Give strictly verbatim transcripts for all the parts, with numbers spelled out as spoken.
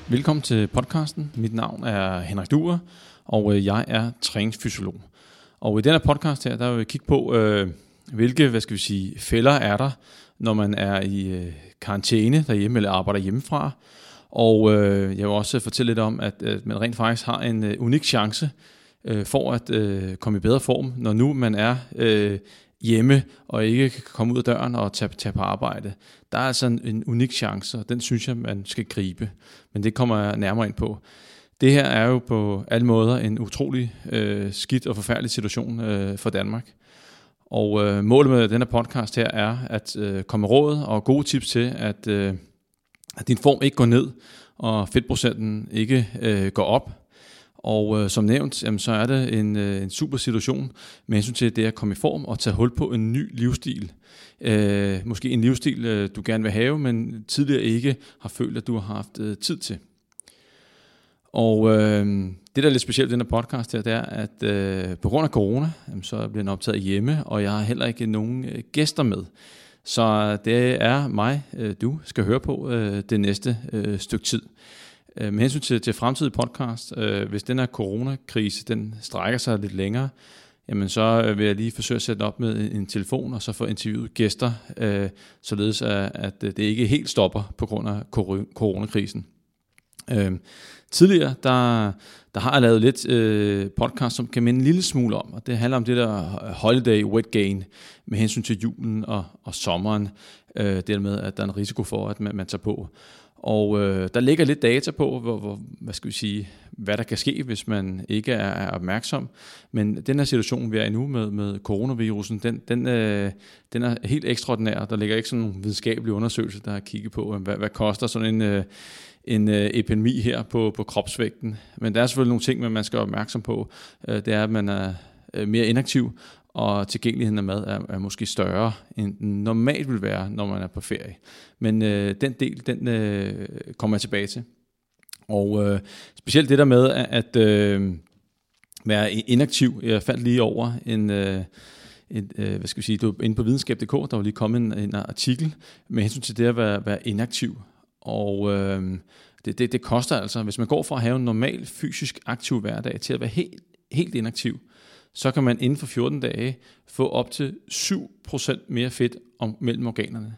Velkommen til podcasten. Mit navn er Henrik Duer, og jeg er træningsfysiolog. Og i denne podcast her, der vil vi kigge på, øh, hvilke hvad skal vi sige, fælder er der, når man er i øh, karantæne derhjemme eller arbejder hjemmefra. Og øh, jeg vil også fortælle lidt om, at øh, man rent faktisk har en øh, unik chance øh, for at øh, komme i bedre form, når nu man er øh, hjemme og ikke kan komme ud af døren og tage, tage på arbejde. Der er altså en, en unik chance, og den synes jeg, man skal gribe. Men det kommer jeg nærmere ind på. Det her er jo på alle måder en utrolig øh, skidt og forfærdelig situation øh, for Danmark. Og øh, målet med denne podcast her er at øh, komme med råd og gode tips til, at, øh, at din form ikke går ned, og fedtprocenten ikke øh, går op. Og øh, som nævnt, jamen, så er det en, øh, en super situation med hensyn til det at komme i form og tage hul på en ny livsstil. Øh, måske en livsstil, øh, du gerne vil have, men tidligere ikke har følt, at du har haft øh, tid til. Og øh, det, der er lidt specielt i den her podcast her, det er, at øh, på grund af corona, jamen, så bliver den optaget hjemme, og jeg har heller ikke nogen øh, gæster med. Så det er mig, øh, du skal høre på øh, det næste øh, stykke tid. Med hensyn til, til fremtidig podcast, øh, hvis den her coronakrise den strækker sig lidt længere, jamen så vil jeg lige forsøge at sætte op med en, en telefon og så få interviewet gæster, øh, således at, at det ikke helt stopper på grund af coronakrisen. Øh, tidligere der, der har jeg lavet lidt øh, podcast, som kan minde en lille smule om, og det handler om det der holiday weight gain med hensyn til julen og, og sommeren, øh, dermed at der er en risiko for, at man, man tager på. Og øh, der ligger lidt data på, hvor, hvor, hvad skal vi sige, hvad der kan ske, hvis man ikke er, er opmærksom. Men den her situation, vi er i nu med, med coronavirusen, den, den, øh, den er helt ekstraordinær. Der ligger ikke sådan nogle videnskabelige undersøgelser, der har kigget på, hvad, hvad koster sådan en, øh, en øh, epidemi her på, på kropsvægten. Men der er selvfølgelig nogle ting, man skal være opmærksom på. Øh, det er, at man er øh, mere inaktiv, og tilgængeligheden af mad er, er måske større, end den normalt vil være, når man er på ferie. Men øh, den del, den øh, kommer jeg tilbage til. Og øh, specielt det der med at øh, være inaktiv. Jeg faldt lige over en, øh, en øh, hvad skal vi sige, du inde på videnskab punktum d k, der var lige kommet en, en artikel med hensyn til det at være, være inaktiv. Og øh, det, det, det koster altså, hvis man går fra at have en normal fysisk aktiv hverdag til at være helt, helt inaktiv, så kan man inden for fjorten dage få op til syv procent mere fedt om, mellem organerne.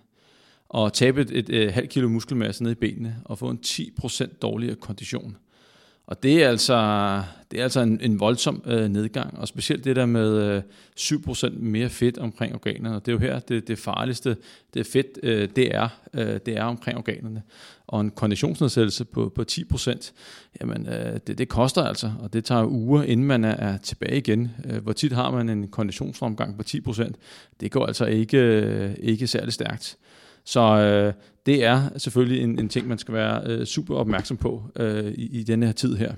Og tabe et, et, et halvt kilo muskelmasse ned i benene og få en ti procent dårligere kondition. Og det er altså, det er altså en, en voldsom øh, nedgang, og specielt det der med øh, syv procent mere fedt omkring organerne. Og det er jo her, det, det farligste, det fedt, øh, det, er, øh, det er omkring organerne. Og en konditionsnedsættelse på, på ti procent, jamen øh, det, det koster altså, og det tager uger, inden man er, er tilbage igen. Øh, hvor tit har man en konditionsfremgang på ti procent? Det går altså ikke, øh, ikke særlig stærkt. Så øh, det er selvfølgelig en, en ting, man skal være øh, super opmærksom på øh, i, i denne her tid her.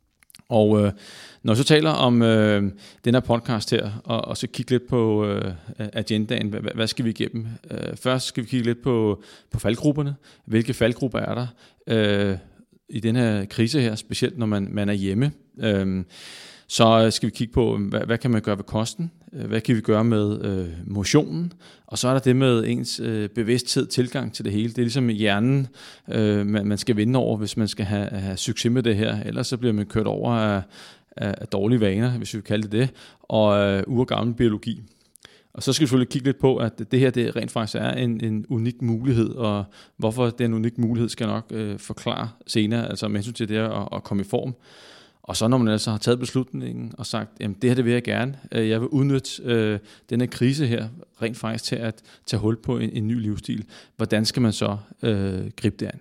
Og øh, når jeg så taler om øh, den her podcast her, og, og så kigge lidt på øh, agendaen, hvad, hvad skal vi igennem? Øh, først skal vi kigge lidt på, på faldgrupperne. Hvilke faldgrupper er der øh, i den her krise her, specielt når man, man er hjemme? Øh, Så skal vi kigge på, hvad, hvad kan man gøre ved kosten? Hvad kan vi gøre med øh, motionen? Og så er der det med ens øh, bevidsthed, tilgang til det hele. Det er ligesom hjernen, øh, man, man skal vinde over, hvis man skal have, have succes med det her. Ellers så bliver man kørt over af, af, af dårlige vaner, hvis vi vil kalde det det, og øh, urgammel biologi. Og så skal vi selvfølgelig kigge lidt på, at det her det rent faktisk er en, en unik mulighed, og hvorfor det er en unik mulighed, skal jeg nok øh, forklare senere, altså med hensyn til det at, at komme i form. Og så når man altså har taget beslutningen og sagt, jamen det her det vil jeg gerne, jeg vil udnytte øh, denne krise her rent faktisk til at tage hul på en, en ny livsstil. Hvordan skal man så øh, gribe det an?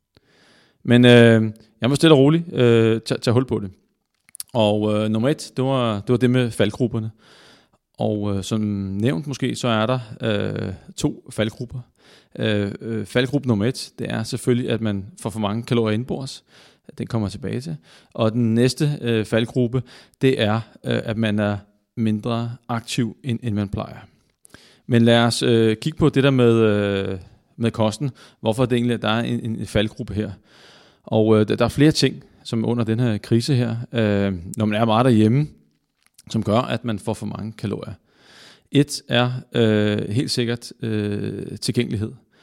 Men øh, jeg må stille og roligt øh, tage, tage hul på det. Og øh, nummer et, det var, det var det med faldgrupperne. Og øh, som nævnt måske, så er der øh, to faldgrupper. Øh, øh, faldgruppe nummer et, det er selvfølgelig, at man får for mange kalorier indbords. Den kommer jeg tilbage til. Og den næste øh, faldgruppe, det er, øh, at man er mindre aktiv, end, end man plejer. Men lad os øh, kigge på det der med, øh, med kosten. Hvorfor det egentlig, at der er en, en faldgruppe her. Og øh, der er flere ting, som under den her krise her, øh, når man er meget derhjemme, som gør, at man får for mange kalorier. Et er øh, helt sikkert øh, tilgængelighed.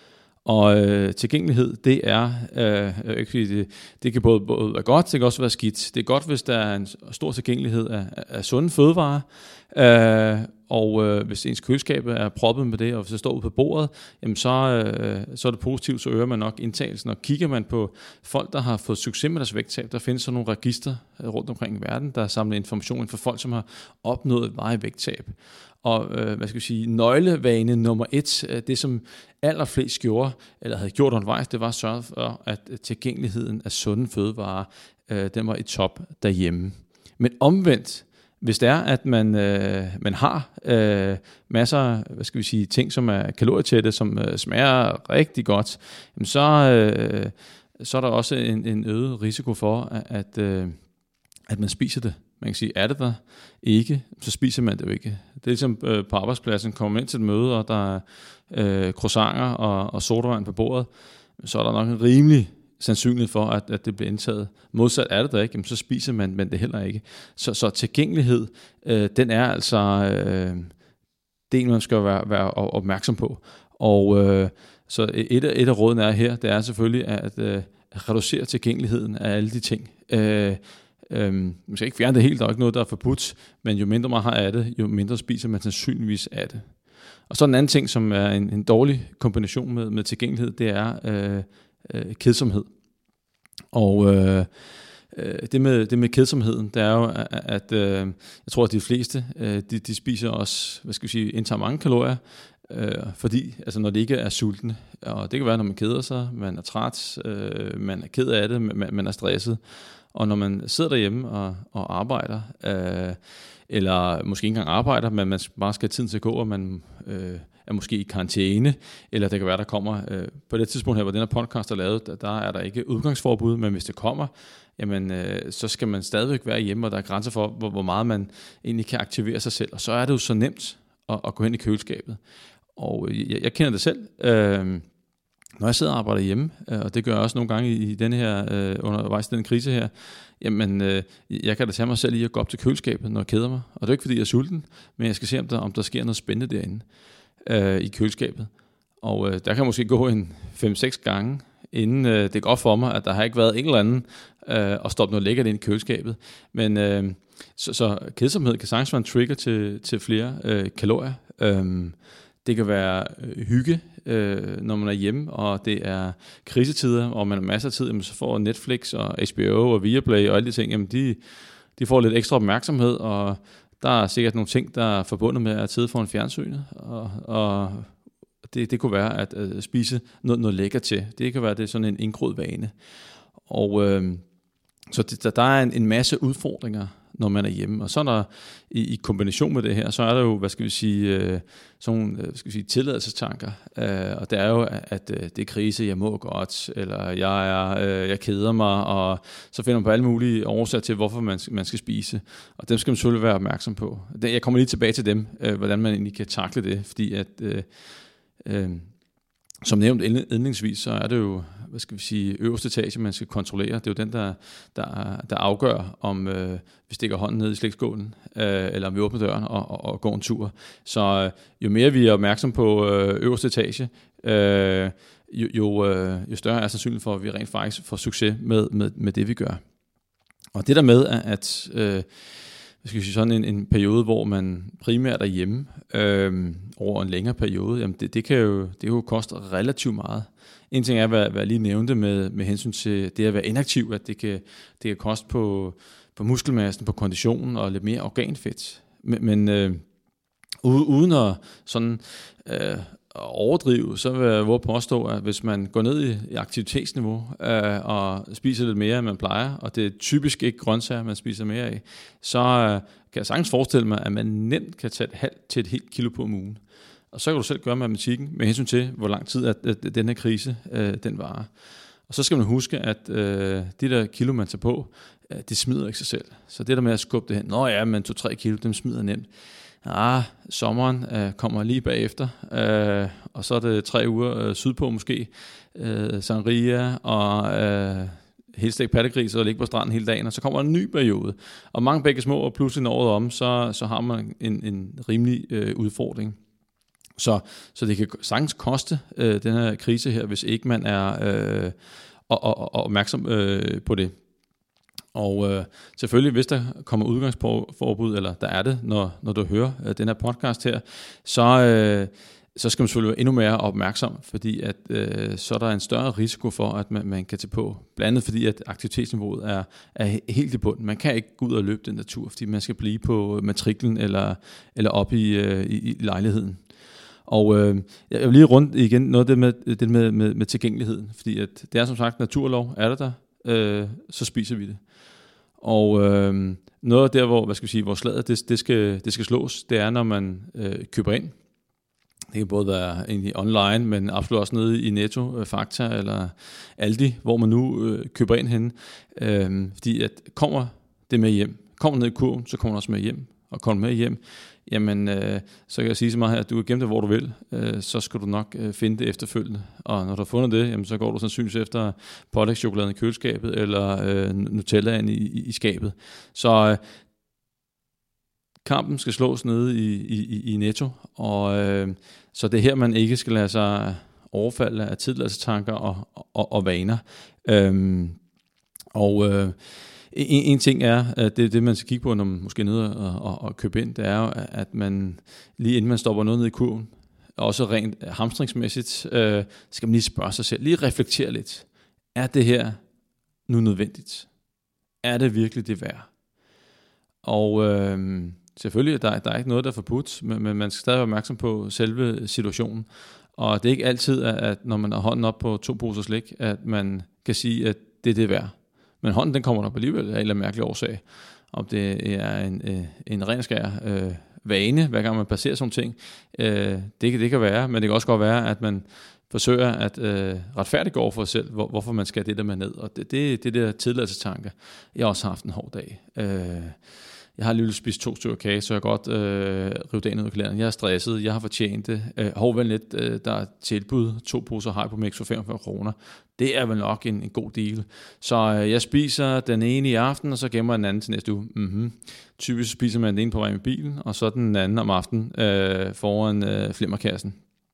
Og øh, tilgængelighed, det er, øh, det, det kan både, både være godt, det kan også være skidt. Det er godt, hvis der er en stor tilgængelighed af, af sunde fødevarer, øh, og øh, hvis ens køleskab er proppet med det, og hvis det står ude på bordet, jamen så, øh, så er det positivt, så øger man nok indtagelsen. Og kigger man på folk, der har fået succes med deres vægttab, der findes sådan nogle register rundt omkring i verden, der samler information for folk, som har opnået varig vægttab. Og øh, hvad skal jeg sige, nøglevane nummer et, det som allerflest gjorde, eller havde gjort undervejs, det var at sørge for, at tilgængeligheden af sunde fødevarer, øh, den var i top derhjemme. Men omvendt, hvis det er, at man, øh, man har øh, masser, hvad skal vi sige, ting, som er kalorietætte, som øh, smager rigtig godt, jamen så, øh, så er der også en, en øget risiko for, at, øh, at man spiser det. Man kan sige, er det der ikke, så spiser man det jo ikke. Det er ligesom øh, på arbejdspladsen, kommer man ind til et møde, og der er øh, croissanter og, og sodavand på bordet, så er der nok en rimelig sandsynlighed for, at, at det bliver indtaget. Modsat er det der ikke, jamen, så spiser man, men det heller ikke. Så, så tilgængelighed, øh, den er altså øh, det, man skal være, være opmærksom på. Og øh, så et af, et af rådene er her, det er selvfølgelig at øh, reducere tilgængeligheden af alle de ting. Øh, Øhm, man skal ikke fjerne det helt, der er ikke noget, der er forbudt, men jo mindre man har af det, jo mindre spiser man sandsynligvis af det. Og så en anden ting, som er en, en dårlig kombination med, med tilgængelighed, det er øh, øh, kedsomhed. Og øh, det, med, det med kedsomheden, det er jo, at, at øh, jeg tror, at de fleste, øh, de, de spiser også, hvad skal vi sige, indtager mange kalorier, øh, fordi, altså når det ikke er sultne, og det kan være, når man keder sig, man er træt, øh, man er ked af det, man, man er stresset. Og når man sidder derhjemme og, og arbejder, øh, eller måske ikke engang arbejder, men man bare skal have tiden til at gå, og man øh, er måske i karantæne, eller det kan være, der kommer, øh, på det tidspunkt her, hvor den her podcast er lavet, der, der er der ikke udgangsforbud, men hvis det kommer, jamen, øh, så skal man stadigvæk være hjemme, og der er grænser for, hvor, hvor meget man egentlig kan aktivere sig selv. Og så er det jo så nemt at, at gå hen i køleskabet. Og jeg, jeg kender det selv, øh, når jeg sidder og arbejder hjemme, og det gør jeg også nogle gange i denne her, øh, undervejs den krise her, jamen, øh, jeg kan da tage mig selv i at gå op til køleskabet, når jeg keder mig. Og det er ikke, fordi jeg er sulten, men jeg skal se, om der, om der sker noget spændende derinde øh, i køleskabet. Og øh, der kan måske gå en fem seks gange, inden øh, det går op for mig, at der har ikke været en eller anden øh, at stoppe noget lækkert ind i køleskabet. Men øh, så, så kedsomhed kan sagtens være en trigger til, til flere øh, kalorier. Øh, Det kan være øh, hygge, øh, når man er hjemme, og det er krisetider, og man har masser af tid, jamen, så får Netflix og H B O og Viaplay og alle de ting, jamen, de, de får lidt ekstra opmærksomhed, og der er sikkert nogle ting, der er forbundet med at sidde foran fjernsynet, og, og det, det kunne være at, at spise noget, noget lækkert til. Det kan være, det er sådan en indgroet vane. Og øh, så det, der, der er en, en masse udfordringer, når man er hjemme. Og så er der i, i kombination med det her, så er der jo, hvad skal vi sige, øh, sådan nogle, hvad skal vi sige, tilladelsestanker. Øh, og det er jo, at øh, det er krise, jeg må godt, eller jeg, er, øh, jeg keder mig, og så finder man på alle mulige årsager til, hvorfor man, man skal spise. Og dem skal man selvfølgelig være opmærksom på. Jeg kommer lige tilbage til dem, øh, hvordan man egentlig kan takle det, fordi at øh, øh, som nævnt indledningsvis, så er det jo, hvad skal vi sige, øverste etage, man skal kontrollere. Det er jo den, der, der, der afgør, om øh, vi stikker hånden ned i slægtskålen, øh, eller om vi åbner døren og, og, og går en tur. Så øh, jo mere vi er opmærksom på øh, øverste etage, øh, jo, jo, øh, jo større er sandsynligheden for, at vi rent faktisk får succes med, med, med det, vi gør. Og det der med, at øh, jeg skal sige, sådan en, en periode, hvor man primært er hjemme øh, over en længere periode, jamen det, det, kan jo, det kan jo koste relativt meget. En ting er, hvad, hvad jeg lige nævnte med, med hensyn til det at være inaktiv, at det kan, det kan koste på, på muskelmassen, på konditionen og lidt mere organfedt. Men, men øh, uden at sådan øh, overdrive, så vil jeg våge påstå, at hvis man går ned i, i aktivitetsniveau øh, og spiser lidt mere, end man plejer, og det er typisk ikke grøntsager, man spiser mere af, så øh, kan jeg sagtens forestille mig, at man nemt kan tage et halvt til et helt kilo på om ugen. Og så kan du selv gøre matematikken med hensyn til, hvor lang tid at, at den her krise øh, den varer. Og så skal man huske, at øh, de der kilo, man tager på, øh, det smider ikke sig selv. Så det der med at skubbe det hen, nå ja, men to-tre kilo, dem smider nemt. Ah, sommeren øh, kommer lige bagefter, øh, og så er det tre uger øh, sydpå måske, øh, sangria og øh, helstegt pattegris og ligge på stranden hele dagen, og så kommer en ny periode. Og mange begge små, og pludselig når året om, så, så har man en, en rimelig øh, udfordring. Så, så det kan sagtens koste øh, den her krise her, hvis ikke man er øh, og, og, og opmærksom øh, på det. Og øh, selvfølgelig, hvis der kommer udgangsforbud, eller der er det, når, når du hører øh, den her podcast her, så, øh, så skal man selvfølgelig være endnu mere opmærksom, fordi at, øh, så er der en større risiko for, at man, man kan tage på. Blandt andet fordi, at aktivitetsniveauet er, er helt i bunden. Man kan ikke gå ud og løbe den der tur, fordi man skal blive på matriklen eller, eller op i, øh, i, i lejligheden. Og øh, jeg vil lige rundt igen noget af det med, det med, med, med tilgængeligheden, fordi at det er som sagt naturlov, er det der, øh, så spiser vi det. Og øh, noget af der, hvor, hvad skal vi sige, hvor slaget det, det, skal, det skal slås, det er, når man øh, køber ind. Det kan både være egentlig online, men absolut også nede i Netto, Fakta eller Aldi, hvor man nu øh, køber ind henne. Øh, fordi at kommer det med hjem, kommer ned i kurven, så kommer det også med hjem. Og kommer med hjem, jamen øh, så kan jeg sige så meget her, at du kan gemme det, hvor du vil, øh, så skal du nok øh, finde det efterfølgende. Og når du har fundet det, jamen, så går du sandsynligvis efter pålægtschokoladen i køleskabet, eller øh, Nutellaen i, i, i skabet. Så øh, kampen skal slås nede i, i, i Netto, og øh, så det er her, man ikke skal lade sig overfalde af tidligere og, og, og vaner. Øhm, og øh, En, en ting er, at det, det man skal kigge på, når man måske er nede og, og, og købe ind, det er jo, at man lige inden man stopper noget ned i kurven, også rent hamstringsmæssigt, øh, skal man lige spørge sig selv, lige reflektere lidt. Er det her nu nødvendigt? Er det virkelig det værd? Og øh, selvfølgelig, der, der er ikke noget, der er forbudt, men, men man skal stadig være opmærksom på selve situationen. Og det er ikke altid, at når man har hånden op på to poser slik, at man kan sige, at det er det værd. Men hånden, den kommer op alligevel af en eller anden mærkelig årsag. Om det er en, en ren skær øh, vane, hver gang man passerer sådan ting. Øh, det, det kan være, men det kan også godt være, at man forsøger at øh, retfærdiggøre over for sig selv, hvor, hvorfor man skal det der med ned. Og det, det, det der tidligere-tanker. Jeg har også haft en hård dag. Øh, Jeg har alligevel spist to stykker kage, så jeg kan godt øh, rive dagen ud af kalenderen. Jeg er stresset, jeg har fortjent det. Øh, hov, vel lidt, øh, der er tilbud, to poser Hypermix for femogfyrre kroner. Det er vel nok en, en god deal. Så øh, jeg spiser den ene i aften, og så gemmer jeg den anden til næste uge. Mm-hmm. Typisk spiser man den ene på vej med bilen, og så den anden om aftenen øh, foran øh, flimmerkassen.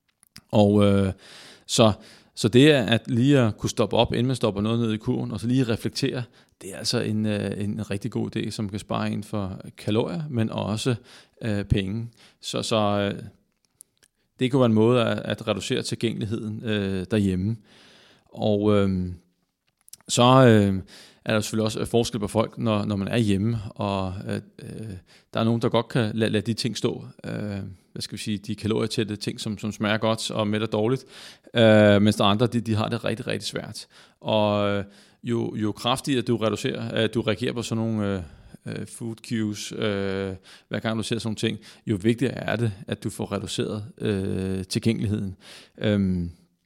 Og øh, så... Så det er at lige at kunne stoppe op, inden man stopper noget ned i kurven, og så lige reflektere, det er altså en, en rigtig god idé, som kan spare en for kalorier, men også øh, penge. Så, så øh, det kan være en måde at, at reducere tilgængeligheden øh, derhjemme. Og øh, så øh, er der selvfølgelig også forskel på folk, når, når man er hjemme, og øh, der er nogen, der godt kan lade, lade de ting stå. Øh, hvad skal vi sige, de kalorietætte ting, som, som smager godt og mætter dårligt, øh, mens der andre, de, de har det rigtig, rigtig svært. Og jo, jo kraftigere du reducerer, øh, du reagerer på sådan nogle øh, food cues, øh, hver gang du ser sådan nogle ting, jo vigtigere er det, at du får reduceret øh, tilgængeligheden. Øh,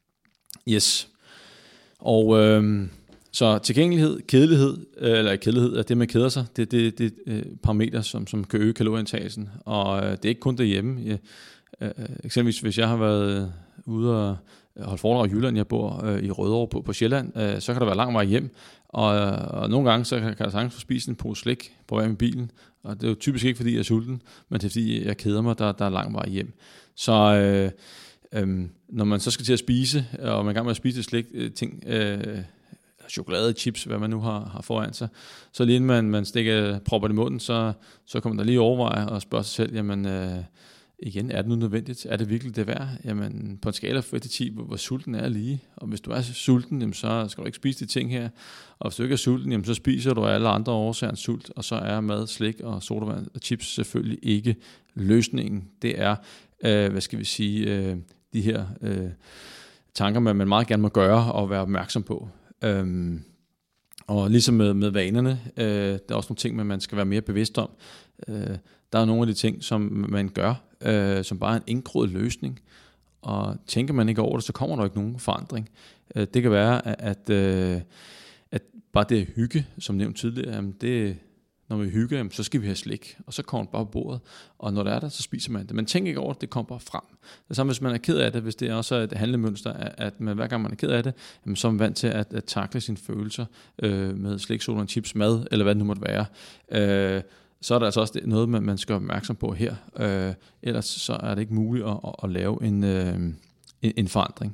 yes. Og... Øh, Så tilgængelighed, kedelighed, eller kedelighed er det, man keder sig, det er det, det øh, parameter, som, som kan øge kalorieindtagelsen. Og øh, det er ikke kun derhjemme. Jeg, øh, eksempelvis hvis jeg har været ude og holde foredrag i Jylland, jeg bor øh, i Rødovre på, på Sjælland, øh, så kan der være lang vej hjem. Og, og nogle gange så kan, kan jeg sagtens få spist en pose slik på vej med bilen. Og det er jo typisk ikke, fordi jeg er sulten, men det er, fordi jeg keder mig, der, der er lang vej hjem. Så... Øh, øh, når man så skal til at spise, og man er i gang med at spise slik, øh, ting... Øh, chokolade, chips, hvad man nu har, har foran sig. Så lige inden man, man stikker propper i munden, så, så kommer der lige overveje og spørge sig selv, jamen øh, igen, er det nu nødvendigt? Er det virkelig det værd? Jamen på en skala fra et til ti, hvor, hvor sulten er lige. Og hvis du er sulten, jamen, så skal du ikke spise de ting her. Og hvis du ikke er sulten, jamen, så spiser du alle andre årsager end sult, og så er mad, slik og sodavand og chips selvfølgelig ikke løsningen. Det er, øh, hvad skal vi sige, øh, de her øh, tanker, man, man meget gerne må gøre og være opmærksom på. Øhm, og ligesom med, med vanerne, øh, der er også nogle ting, man, man skal være mere bevidst om. Øh, der er nogle af de ting, som man gør, øh, som bare er en indgroet løsning. Og tænker man ikke over det, så kommer der ikke nogen forandring. Øh, det kan være, at, at, øh, at bare det hygge, som nævnt tidligere, jamen det, når vi hygger, jamen så skal vi have slik, og så kommer det bare på bordet. Og når der er der, så spiser man det. Man tænker ikke over det, det kommer bare frem. Det samme, hvis man er ked af det, hvis det er også et handlemønster, at man, hver gang man er ked af det, jamen, så er man vant til at, at takle sine følelser øh, med slik, sodavand, chips, mad, eller hvad det nu måtte være. Øh, så er der altså også noget, man, man skal være opmærksom på her. Øh, ellers så er det ikke muligt at, at, at lave en, øh, en, en forandring.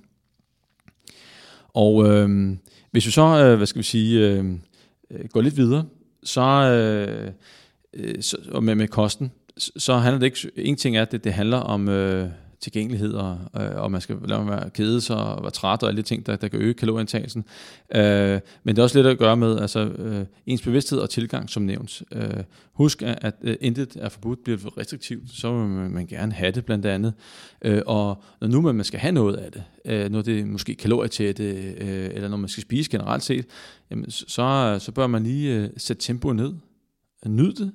Og øh, hvis vi så, øh, hvad skal vi sige, øh, går lidt videre, så, øh, så og med, med kosten, så handler det ikke, en ting er, at det, det handler om øh, tilgængelighed, og, øh, og man skal lade være kede sig og være træt, og alle de ting, der, der kan øge kalorieindtagelsen. Øh, men det er også lidt at gøre med altså, øh, ens bevidsthed og tilgang, som nævnt. Øh, husk, at, at øh, intet er forbudt, bliver for restriktivt, så vil man, man gerne have det, blandt andet. Øh, og når nu man skal have noget af det, øh, når det er måske kalorietætte, øh, eller når man skal spise generelt set, jamen, så, så bør man lige øh, sætte tempoet ned. Nyd det.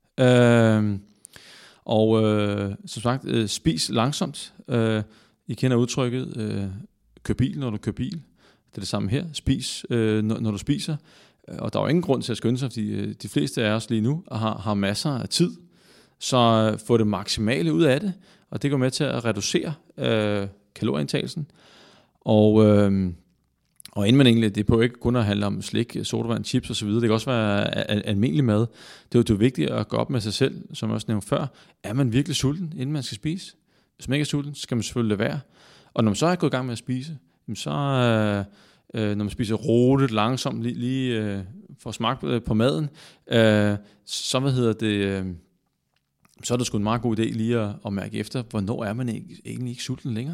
Øh, Og øh, som sagt, øh, spis langsomt. Øh, I kender udtrykket, øh, kør bil, når du kører bil. Det er det samme her. Spis, øh, når, når du spiser. Og der er jo ingen grund til at skynde sig, fordi øh, de fleste af os lige nu har, har masser af tid. Så øh, få det maksimale ud af det. Og det går med til at reducere øh, kalorieindtagelsen. Og... Øh, Og inden man egentlig, det er på ikke kun at handle om slik, sodavand, chips osv., det kan også være almindelig mad. Det er jo det er vigtigt at gå op med sig selv, som jeg også nævnte før. Er man virkelig sulten, inden man skal spise? Hvis man ikke er sulten, så skal man selvfølgelig lade være. Og når man så er gået i gang med at spise, så øh, når man spiser roligt, langsomt, lige, lige øh, får smagt på maden, øh, så hvad hedder det... Øh, så er det sgu en meget god idé lige at, at mærke efter, hvornår er man ikke, egentlig ikke sulten længere.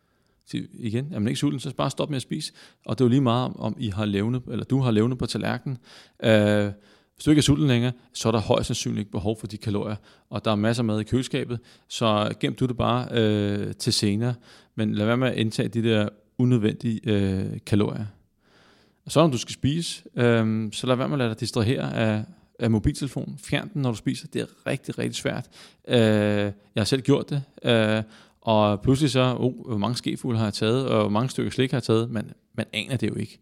Igen, er man ikke sulten, så bare stop med at spise. Og det er jo lige meget, om I har levende, eller du har levende på tallerkenen. Øh, hvis du ikke er sulten længere, så er der højst sandsynligt ikke behov for de kalorier. Og der er masser af mad i køleskabet, så gem du det bare øh, til senere. Men lad være med at indtage de der unødvendige øh, kalorier. Og så når du skal spise, øh, så lad være med at lade dig distrahere af, af mobiltelefonen. Fjern den, når du spiser. Det er rigtig, rigtig svært. Øh, jeg har selv gjort det. Øh, Og pludselig så, oh, hvor mange skefulde har jeg taget, og hvor mange stykker slik har jeg taget, men man aner det jo ikke.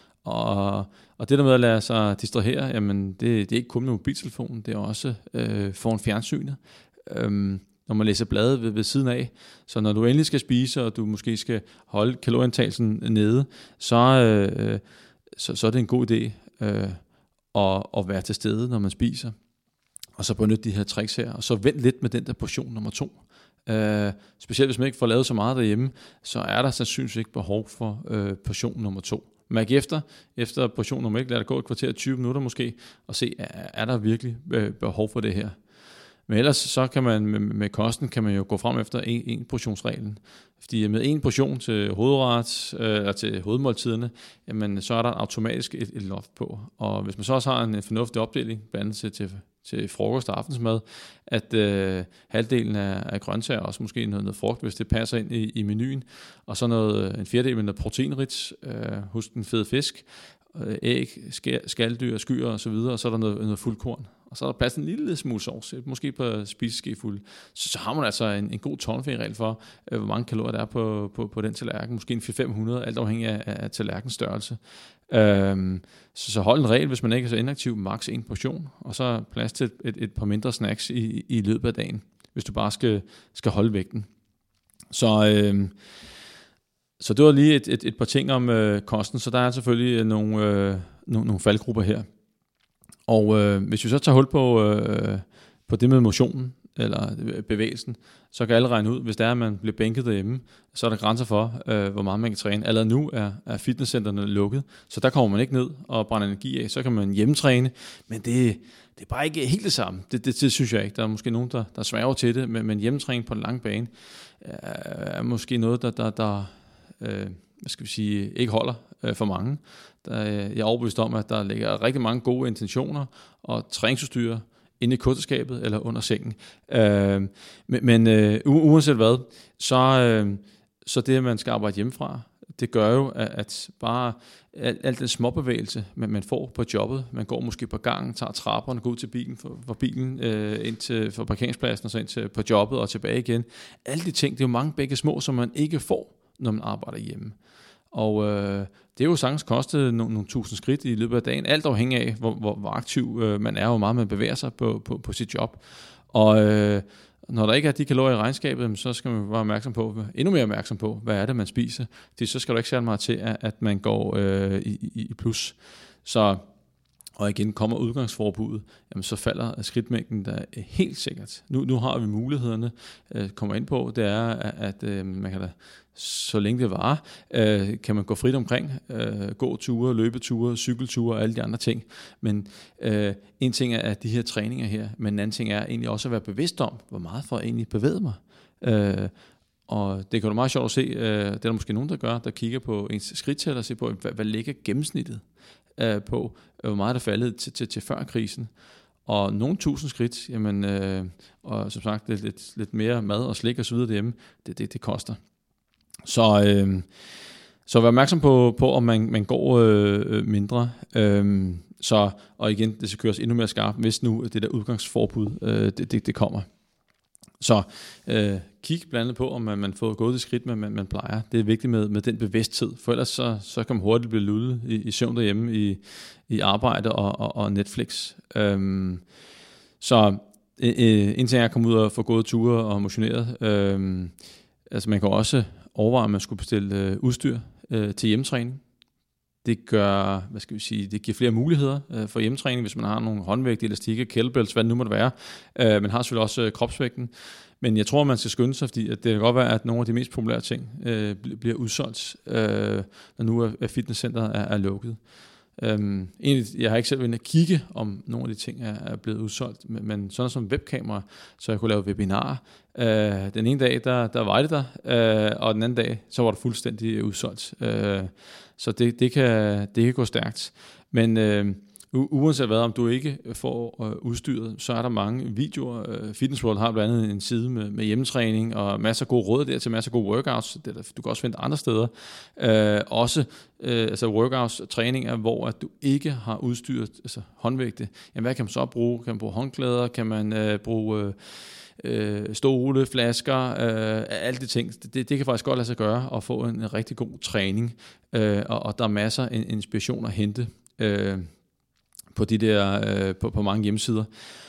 Og, og det der med at lade sig distrahere, jamen det, det er ikke kun med mobiltelefonen, det er også øh, foran fjernsynet. Øhm, når man læser blade ved, ved siden af, så når du endelig skal spise, og du måske skal holde kalorieindtagelsen nede, så, øh, så, så er det en god idé øh, at, at være til stede, når man spiser. Og så benytte de her tricks her, og så vent lidt med den der portion nummer to. Uh, specielt hvis man ikke får lavet så meget derhjemme, så er der sandsynligvis ikke behov for uh, portion nummer to. Mærk efter, efter portion nummer et, lad det gå et kvarter, tyve minutter måske, og se, er, er der virkelig uh, behov for det her. Men ellers så kan man med, med kosten, kan man jo gå frem efter en, en portionsreglen. Fordi med en portion til hovedret, øh, eller til hovedmåltiderne, jamen så er der automatisk et, et loft på. Og hvis man så også har en fornuftig opdeling, blandt andet til, til, til frokost og aftensmad, at øh, halvdelen af, af grøntsager, og også måske noget, noget frugt, hvis det passer ind i, i menuen, og så noget, en fjerdedel med noget proteinrigt, øh, husk den fede fisk, øh, æg, skaldyr, skyer og så videre, og så er der noget, noget fuldkorn. Og så er der plads en lille smule sovs, måske på spiseskefuld. Så, så har man altså en, en god tårnferie for, øh, hvor mange kalorier der er på, på, på den tallerken. Måske en fire til fem hundrede, alt afhængig af, af tallerkens størrelse. Øhm, så, så hold en regel, hvis man ikke er så inaktiv, maks en portion. Og så plads til et, et, et par mindre snacks i, i løbet af dagen, hvis du bare skal, skal holde vægten. Så... Øh, Så det var lige et, et, et par ting om øh, kosten, så der er selvfølgelig nogle, øh, nogle, nogle faldgrupper her. Og øh, hvis vi så tager hul på, øh, på det med motionen, eller bevægelsen, så kan alle regne ud, hvis det er, at man bliver bænket derhjemme, så er der grænser for, øh, hvor meget man kan træne. Allerede nu er, er fitnesscentrene lukket, så der kommer man ikke ned og brænder energi af. Så kan man hjemmetræne, men det, det er bare ikke helt det samme. Det, det, det synes jeg ikke. Der er måske nogen, der, der sværger til det, men, men hjemmetræning på en lang bane er måske noget, der... der, der Øh, hvad skal vi sige, ikke holder øh, for mange. Der, jeg er overbevist om, at der ligger rigtig mange gode intentioner og træningsudstyr inde i kosteskabet eller under sengen. Øh, men men øh, uanset hvad, så, øh, så det, at man skal arbejde hjemmefra, det gør jo, at, at bare al, al den småbevægelse, man, man får på jobbet, man går måske på gangen, tager trapperne, går ud til bilen, for, for bilen øh, ind til for parkeringspladsen og så ind til på jobbet og tilbage igen. Alle de ting, det er jo mange begge små, som man ikke får, når man arbejder hjemme. Og øh, det er jo sagtens kostet nogle, nogle tusind skridt i løbet af dagen, alt afhængig af, hvor, hvor, hvor aktiv øh, man er, og hvor meget man bevæger sig på, på, på sit job. Og øh, når der ikke er de kalorier i regnskabet, så skal man være opmærksom på, endnu mere opmærksom på, hvad er det, man spiser. Fordi så skal du ikke særlig meget til, at, at man går øh, i, i plus. Så og igen kommer udgangsforbuddet, jamen så falder skridtmængden der helt sikkert. Nu, nu har vi mulighederne, øh, kommer ind på, det er, at, at øh, man kan da, så længe det varer, øh, kan man gå frit omkring, øh, gå ture, løbeture, cykelture og alle de andre ting. Men øh, en ting er de her træninger her, men en anden ting er egentlig også at være bevidst om, hvor meget for at egentlig bevæge mig. Øh, og det kan være meget sjovt at se, øh, det er der måske nogen, der gør, der kigger på ens skridttæller og ser på, hvad, hvad ligger gennemsnittet øh, på, hvor meget der er faldet til, til, til før krisen. Og nogle tusind skridt, jamen, øh, og som sagt lidt, lidt, lidt mere mad og slik og så videre derhjemme, det, det, det koster. Så, øh, så vær opmærksom på, på om man, man går øh, mindre. Øh, så, og igen, det skal køres endnu mere skarpt, hvis nu det der udgangsforbud, øh, det, det, det kommer. Så øh, kig blandt andet på, om man, man får gået det skridt, man, man plejer. Det er vigtigt med, med den bevidsthed, for ellers så, så kan man hurtigt blive lullet i, i søvn derhjemme, i, i arbejde og, og, og Netflix. Øhm, så øh, en ting er at komme ud og få gået ture og motioneret. Øhm, altså man kan også overveje, at man skulle bestille øh, udstyr øh, til hjemmetræning. Det gør, hvad skal vi sige, det giver flere muligheder øh, for hjemmetræning, hvis man har nogle håndvægte, elastikker, kettlebells, hvad det nu måtte være. Øh, man har selvfølgelig også øh, kropsvægten, men jeg tror, man skal skynde sig, fordi at det kan godt være, at nogle af de mest populære ting øh, bliver udsolgt, øh, når nu er fitnesscenteret er, er lukket. Um, egentlig, jeg har ikke selv været at kigge, om nogle af de ting er, er blevet udsolgt, men, men sådan som webkamera, så jeg kunne lave webinarer. Uh, den ene dag, der, der var det der, uh, og den anden dag, så var det fuldstændig udsolgt. Uh, så det, det, kan, det kan gå stærkt. Men uh, u- uanset hvad, om du ikke får uh, udstyret, så er der mange videoer. Uh, Fitness World har blandt andet en side med, med hjemmetræning, og masser af gode råd der til masser af gode workouts. Det der, du kan også finde andre steder. Uh, også uh, altså workouts, træninger, hvor at du ikke har udstyret, altså håndvægte. Jamen, hvad kan man så bruge? Kan man bruge håndklæder? Kan man uh, bruge... Uh, Øh, stole, flasker, øh, alle de ting, det, det kan faktisk godt lade sig gøre at få en, en rigtig god træning, øh, og, og der er masser af inspiration at hente øh, på de der øh, på, på mange hjemmesider.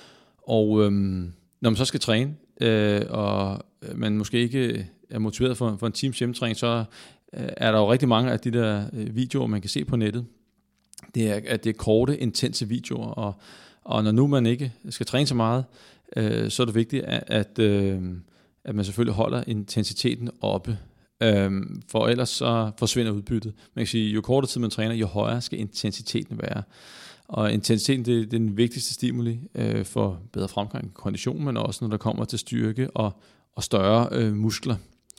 Og øh, når man så skal træne, øh, og man måske ikke er motiveret for, for en times hjemmetræning, så øh, er der jo rigtig mange af de der øh, videoer, man kan se på nettet. Det er, at det er korte, intense videoer, og, og når nu man ikke skal træne så meget, øh, så er det vigtigt, at, at, øh, at man selvfølgelig holder intensiteten oppe, øh, for ellers så forsvinder udbyttet. Man kan sige, jo kortere tid man træner, jo højere skal intensiteten være. Og intensiteten, det, det er den vigtigste stimuli øh, for bedre fremgang i kondition, men også når der kommer til styrke og, og større øh, muskler.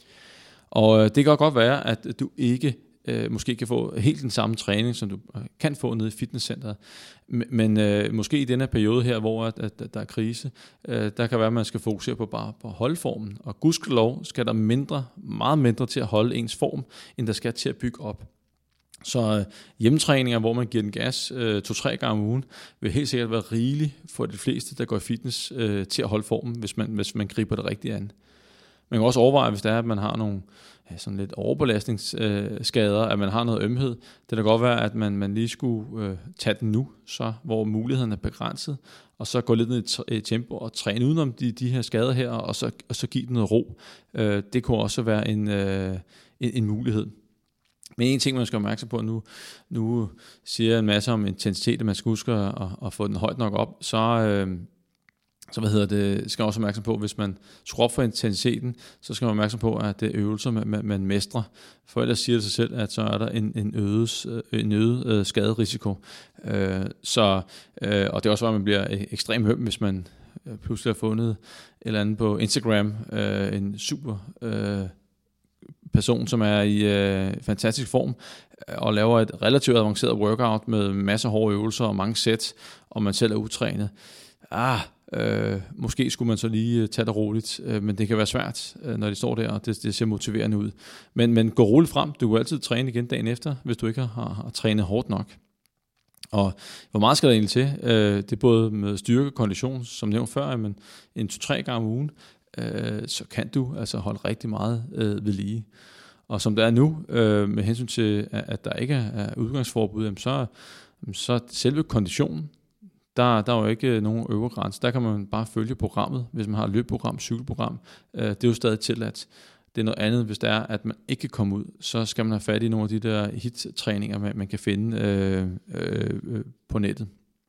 Og øh, det kan godt være, at du ikke øh, måske kan få helt den samme træning, som du kan få nede i fitnesscenteret. Men øh, måske i denne periode her, hvor at, at der er krise, øh, der kan være, at man skal fokusere på bare på holdformen. Og gudskelov skal der mindre, meget mindre til at holde ens form, end der skal til at bygge op. Så øh, hjemmetræninger, hvor man giver den gas øh, to-tre gange om ugen, vil helt sikkert være rigeligt for de fleste, der går i fitness, øh, til at holde formen, hvis man, hvis man griber det rigtigt an. Man kan også overveje, hvis det er, at man har nogle ja, sådan lidt overbelastningsskader, øh, at man har noget ømhed. Det kan godt være, at man, man lige skulle øh, tage den nu, så, hvor muligheden er begrænset, og så gå lidt ned i tempo og træne udenom de, de her skader her, og så, og så give den noget ro. Øh, det kunne også være en, øh, en, en mulighed. Men en ting, man skal være opmærksom på nu, nu siger jeg en masse om intensitet, at man skal huske at, at få den højt nok op, så, øh, så hvad hedder det, skal man også være opmærksom på, hvis man skruer op for intensiteten, så skal man være opmærksom på, at det er øvelser, man, man mestrer. For ellers siger det sig selv, at så er der en, en øget, en øget øh, skaderisiko. Øh, så, øh, og det er også, at man bliver ekstremt høm, hvis man øh, pludselig har fundet et eller andet på Instagram, øh, en super øh, person, som er i øh, fantastisk form, og laver et relativt avanceret workout med masser af hårde øvelser og mange sæt, og man selv er utrænet. Ah, øh, måske skulle man så lige tage det roligt, øh, men det kan være svært, øh, når de står der, og det, det ser motiverende ud. Men, men gå roligt frem, du kan altid træne igen dagen efter, hvis du ikke har, har trænet hårdt nok. Og hvor meget skal der egentlig til? Øh, det er både med styrke og kondition, som nævnt før, men en to-tre gange om ugen, øh, så kan du altså holde rigtig meget øh, ved lige. Og som det er nu, øh, med hensyn til, at der ikke er udgangsforbud, jamen så, så selve konditionen, der, der er jo ikke nogen øvre grænse. Der kan man bare følge programmet, hvis man har et løbprogram, cykelprogram. Øh, det er jo stadig tilladt. Det er noget andet, hvis det er, at man ikke kan komme ud, så skal man have fat i nogle af de der hit-træninger, man, man kan finde øh, øh, på nettet.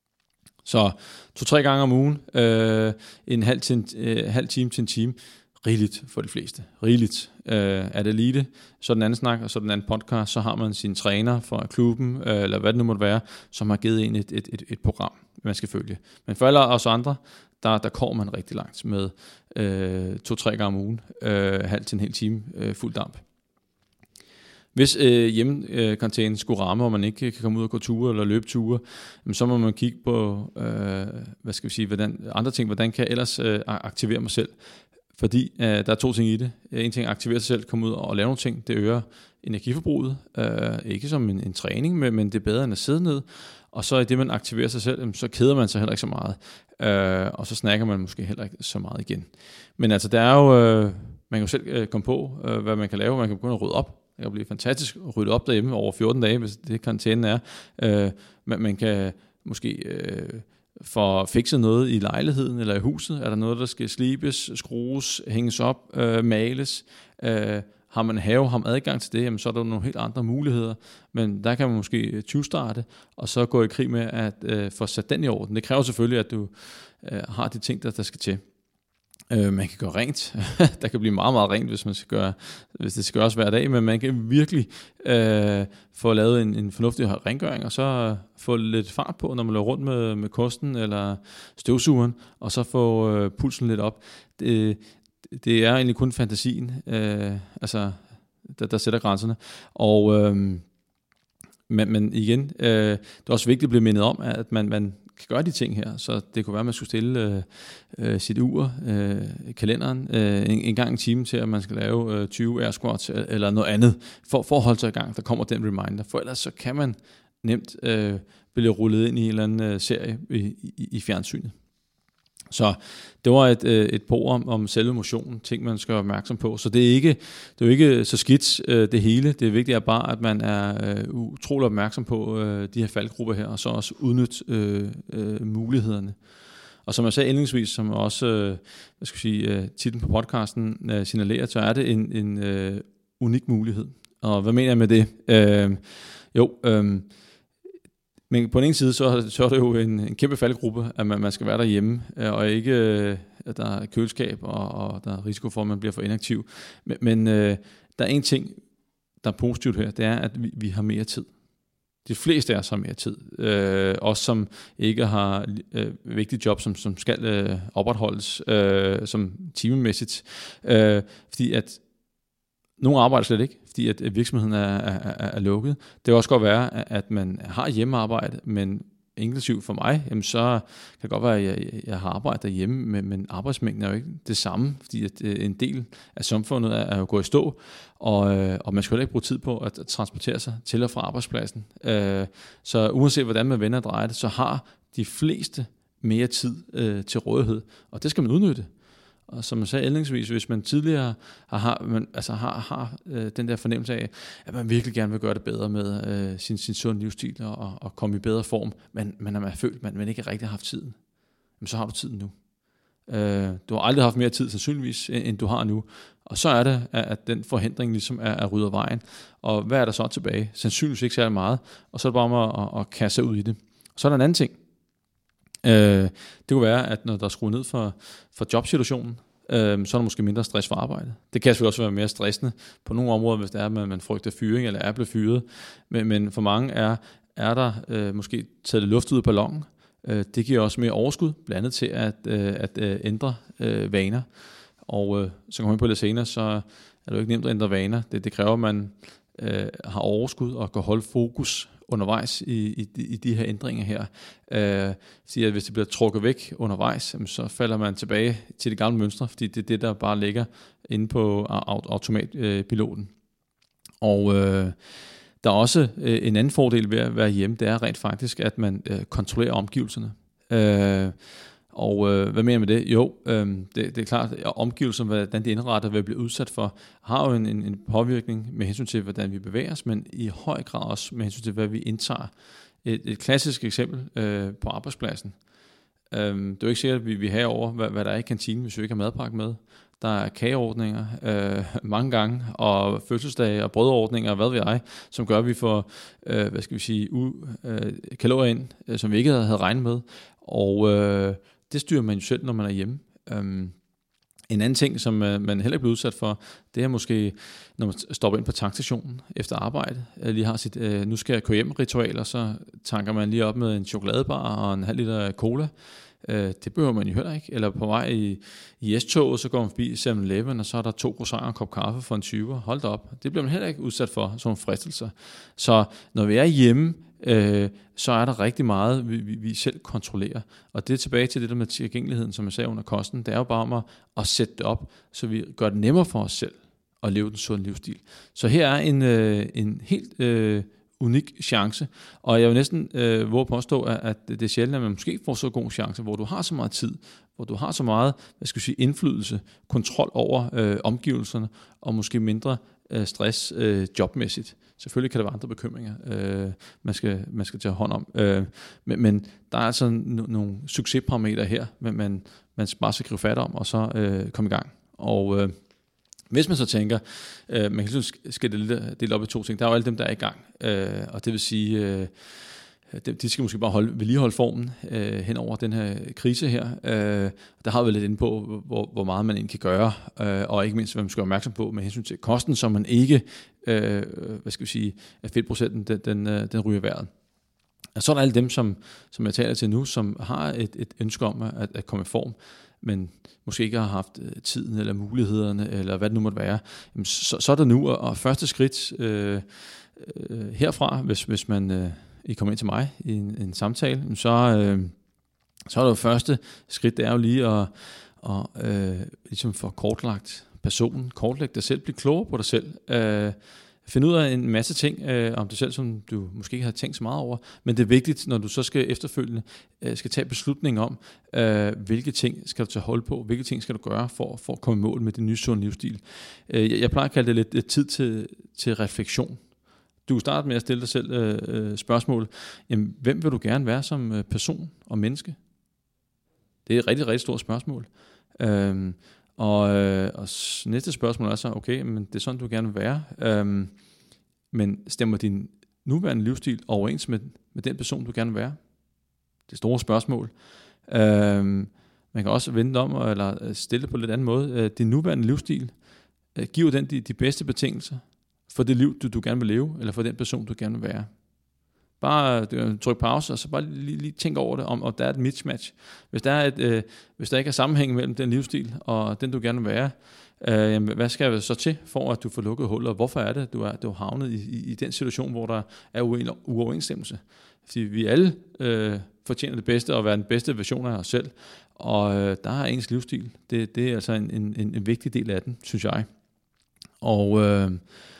Så to-tre gange om ugen, øh, en halv, til en, øh, halv time til en time, rigeligt for de fleste. Rigeligt. Øh, er det elite, så den anden snak, og så den anden podcast, så har man sin træner fra klubben, øh, eller hvad det nu måtte være, som har givet en et, et, et, et program, man skal følge. Men for alle os andre, der, der kommer man rigtig langt med øh, to-tre gange om ugen, øh, halv til en hel time, øh, fuld damp. Hvis øh, hjemmekarantænen øh, skulle ramme, og man ikke kan komme ud og gå ture eller løbe ture, så må man kigge på, øh, hvad skal vi sige, hvordan, andre ting, hvordan kan jeg ellers øh, aktivere mig selv. Fordi øh, der er to ting i det. En ting er at aktivere sig selv, komme ud og lave nogle ting, det øger energiforbruget. Øh, ikke som en, en træning, men, men det er bedre end at sidde ned. Og så i det, man aktiverer sig selv, så keder man sig heller ikke så meget. Øh, og så snakker man måske heller ikke så meget igen. Men altså, der er jo, øh, man kan jo selv øh, komme på, øh, hvad man kan lave. Man kan begynde at rydde op. Det kan blive fantastisk at rydde op derhjemme over fjorten dage, hvis det karantænen er. Øh, man, man kan måske øh, få fikset noget i lejligheden eller i huset. Er der noget, der skal slibes, skrues, hænges op, øh, males? Øh, har man have, har man adgang til det, jamen, så er der nogle helt andre muligheder. Men der kan man måske tyvstarte, og så gå i krig med at øh, få sat den i orden. Det kræver selvfølgelig, at du øh, har de ting, der, der skal til. Øh, man kan gøre rent. Der kan blive meget, meget rent, hvis, man skal gøre, hvis det skal gøres hver dag, men man kan virkelig øh, få lavet en, en fornuftig rengøring, og så få lidt fart på, når man løber rundt med, med kosten eller støvsugeren, og så få øh, pulsen lidt op. Det, det er egentlig kun fantasien, øh, altså, der, der sætter grænserne. Og, øh, men, men igen, øh, det er også vigtigt at blive mindet om, at man, man kan gøre de ting her, så det kunne være, at man skulle stille øh, øh, sit ur, øh, kalenderen, øh, en, en gang en time til, at man skal lave øh, tyve air squats eller noget andet, for, for at holde sig i gang. Der kommer den reminder, for ellers så kan man nemt øh, blive rullet ind i en eller anden øh, serie i, i, i fjernsynet. Så det var et, et par om, om selve motionen, ting man skal være opmærksom på. Så det er ikke, det er jo ikke så skidt det hele. Det vigtige er bare, at man er utrolig opmærksom på de her faldgrupper her, og så også udnytte øh, øh, mulighederne. Og som jeg sagde indledningsvis, som også øh, hvad skal jeg sige, titlen på podcasten øh, signalerer, så er det en, en øh, unik mulighed. Og hvad mener jeg med det? Øh, jo, øh, Men på den ene side, så, så er det jo en, en kæmpe faldgruppe, at man, man skal være derhjemme, og ikke, at der er køleskab, og, og der er risiko for, at man bliver for inaktiv. Men, men øh, der er en ting, der er positivt her, det er, at vi, vi har mere tid. De fleste af os har mere tid. Øh, os, som ikke har øh, vigtige job, som, som skal øh, opretholdes øh, som timemæssigt. Øh, fordi at nogle arbejder slet ikke, fordi at virksomheden er, er, er lukket. Det kan også godt være, at man har hjemmearbejde, men inklusiv for mig, jamen så kan det godt være, at jeg, jeg har arbejdet derhjemme, men, men arbejdsmængden er jo ikke det samme, fordi at en del af samfundet er, er jo gået i stå, og, og man skal jo ikke bruge tid på at transportere sig til og fra arbejdspladsen. Så uanset hvordan man vender og drejer det, så har de fleste mere tid til rådighed, og det skal man udnytte. Og som jeg sagde indledningsvis, hvis man tidligere har, har, man, altså har, har øh, den der fornemmelse af, at man virkelig gerne vil gøre det bedre med øh, sin, sin sund livsstil og, og komme i bedre form, men man har følt, at man, man ikke rigtig har haft tiden, jamen, så har du tiden nu. Øh, du har aldrig haft mere tid sandsynligvis, end, end du har nu. Og så er det, at den forhindring ligesom er, er ryddet af vejen. Og hvad er der så tilbage? Sandsynligvis ikke særlig meget. Og så er det bare med at, at kaste sig ud i det. Så er der en anden ting. Øh, det kunne være, at når der er skruet ned for, for jobsituationen, øh, så er der måske mindre stress for arbejdet. Det kan selvfølgelig også være mere stressende på nogle områder, hvis det er, at man, man frygter fyring eller er blevet fyret. Men, men for mange er, er der øh, måske taget lidt luft ud af ballonen. Øh, det giver også mere overskud, blandt andet til at, øh, at øh, ændre øh, vaner. Og øh, så kommer vi på lidt senere, så er det jo ikke nemt at ændre vaner. Det, det kræver, at man øh, har overskud og kan holde fokus undervejs i, i, i de her ændringer her. Øh, fordi at hvis det bliver trukket væk undervejs, så falder man tilbage til det gamle mønstre, fordi det er det, der bare ligger inde på automatpiloten. Og øh, der er også øh, en anden fordel ved at være hjemme, det er rent faktisk, at man øh, kontrollerer omgivelserne. Øh, Og øh, hvad mener jeg med det? Jo, øh, det, det er klart, at omgivelserne, hvordan de indretter, hvad vi bliver udsat for, har jo en, en, en påvirkning med hensyn til, hvordan vi bevæger os, men i høj grad også med hensyn til, hvad vi indtager. Et, et klassisk eksempel øh, på arbejdspladsen. Øh, det er jo ikke sikkert, at vi, vi har over, hvad, hvad der er i kantinen, hvis vi ikke har madpakke med. der er kageordninger øh, mange gange, og fødselsdage og brødordninger, og hvad ved jeg, som gør, at vi får, øh, hvad skal vi sige, u- øh, kalorier ind, øh, som vi ikke havde regnet med. Og øh, det styrer man jo selv, når man er hjemme. Um, En anden ting, som uh, man heller ikke bliver udsat for, det er måske, når man stopper ind på tankstationen efter arbejde, uh, lige har sit, uh, nu skal jeg køre hjem ritual, og så tanker man lige op med en chokoladebar og en halv liter cola. Uh, det behøver man jo heller ikke. Eller på vej i, i S-toget, så går man forbi seven eleven, og så er der to croissanter og en kop kaffe for en tyver. Hold da op. Det bliver man heller ikke udsat for, sådan nogle fristelser. Så når vi er hjemme, Øh, så er der rigtig meget, vi, vi, vi selv kontrollerer. Og det er tilbage til det der med tilgængeligheden, som jeg sagde under kosten. Det er jo bare om at, at sætte det op, så vi gør det nemmere for os selv at leve den sunde livsstil. Så her er en, øh, en helt øh, unik chance, og jeg vil næsten øh, våge påstå, at, at det er sjældent, at man måske får så god chance, hvor du har så meget tid, hvor du har så meget, hvad skal jeg sige, indflydelse, kontrol over øh, omgivelserne, og måske mindre øh, stress øh, jobmæssigt. Selvfølgelig kan der være andre bekymringer, øh, man, skal, man skal tage hånd om. Øh, men, men der er altså no, nogle succesparametre her, men man, man bare skal gribe fat om, og så øh, komme i gang. Og øh, hvis man så tænker, øh, man kan synes, skal det dele op i to ting. Der er jo alle dem, der er i gang. Øh, og det vil sige, øh, de skal måske bare holde, vedligeholde formen øh, hen over den her krise her. Øh, der har vi lidt inde på, hvor, hvor meget man egentlig kan gøre, øh, og ikke mindst, hvad man skal være opmærksom på med hensyn til kosten, så man ikke, øh, hvad skal vi sige, at fedtprocenten, den, den, den ryger vejret. Og så er der alle dem, som, som jeg taler til nu, som har et, et ønske om at, at komme i form, men måske ikke har haft tiden eller mulighederne, eller hvad det nu måtte være. Jamen, så, så er der nu, og første skridt øh, øh, herfra, hvis, hvis man... Øh, I kommer ind til mig i en, en samtale, så, øh, så er det jo første skridt, det er jo lige at, at øh, ligesom få kortlagt personen, kortlægge dig selv, blive klogere på dig selv, øh, finde ud af en masse ting øh, om dig selv, som du måske ikke har tænkt så meget over, men det er vigtigt, når du så skal efterfølgende øh, skal tage beslutning om, øh, hvilke ting skal du tage hold på, hvilke ting skal du gøre for, for at komme i mål med din nye sunde livsstil. Øh, jeg, jeg plejer at kalde det lidt, lidt tid til, til refleksion. Du kan starte med at stille dig selv øh, spørgsmål. Jamen, hvem vil du gerne være som øh, person og menneske? Det er et rigtig, rigtig stort spørgsmål. Øhm, og, øh, og næste spørgsmål er så, okay, men det er sådan, du gerne vil være. Øhm, men stemmer din nuværende livsstil overens med, med den person, du gerne vil være? Det er store spørgsmål. Øhm, man kan også vende om, eller stille på en lidt anden måde. Øh, din nuværende livsstil, øh, giver den de, de bedste betingelser for det liv, du, du gerne vil leve, eller for den person, du gerne vil være. Bare tryk pause, og så bare lige, lige tænk over det, om, om der er et mismatch. Hvis der, er et, øh, hvis der ikke er sammenhæng mellem den livsstil, og den, du gerne vil være, øh, jamen, hvad skal jeg så til, for at du får lukket hullet, og hvorfor er det, du er, du er havnet i, i, i den situation, hvor der er uoverensstemmelse? Fordi vi alle øh, fortjener det bedste, og være den bedste version af os selv, og øh, der er ens livsstil. Det, det er altså en, en, en vigtig del af den, synes jeg. Og... Øh,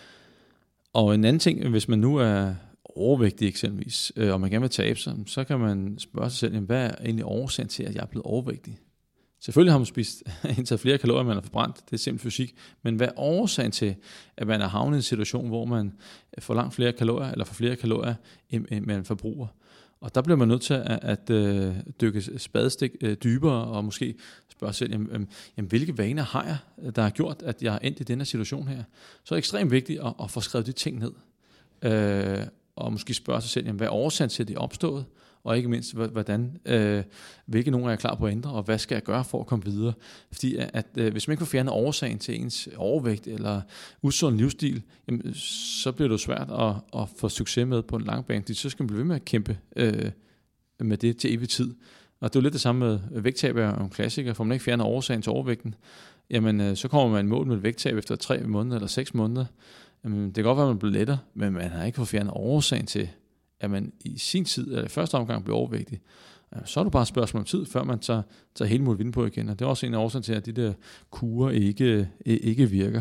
Og en anden ting, hvis man nu er overvægtig eksempelvis, øh, og man gerne vil tabe sig, så kan man spørge sig selv, jamen, hvad er egentlig årsagen til, at jeg er blevet overvægtig? Selvfølgelig har man spist indtaget flere kalorier, man har forbrændt, det er simpel fysik, men hvad er årsagen til, at man er havnet i en situation, hvor man får langt flere kalorier, eller får flere kalorier, end man forbruger? Og der bliver man nødt til at, at øh, dykke spadestik øh, dybere, og måske spørge sig selv, jamen, jamen, hvilke vaner har jeg, der har gjort, at jeg er endt i denne situation her? Så er det ekstremt vigtigt at, at få skrevet de ting ned, øh, og måske spørge sig selv, jamen, hvad er årsagen til, at de er opstået, og ikke mindst, hvordan, øh, hvilke nogen er jeg klar på at ændre, og hvad skal jeg gøre for at komme videre? Fordi at, at øh, hvis man ikke får fjernet årsagen til ens overvægt eller usund livsstil, jamen, så bliver det jo svært at, at få succes med på en lang bane, fordi så skal man blive ved med at kæmpe øh, med det til evig tid. Og det er jo lidt det samme med vægttab og en klassiker. Får man ikke fjernet årsagen til overvægten, jamen øh, så kommer man i mål med vægttab efter tre måneder eller seks måneder. Jamen, det kan godt være, at man bliver lettere, men man har ikke fået fjernet årsagen til, at man i sin tid, eller i første omgang, bliver overvægtig. Så er det bare et spørgsmål om tid, før man tager, tager hele muligheden på igen. Og det er også en af årsagen til, at de der kurer ikke, ikke virker.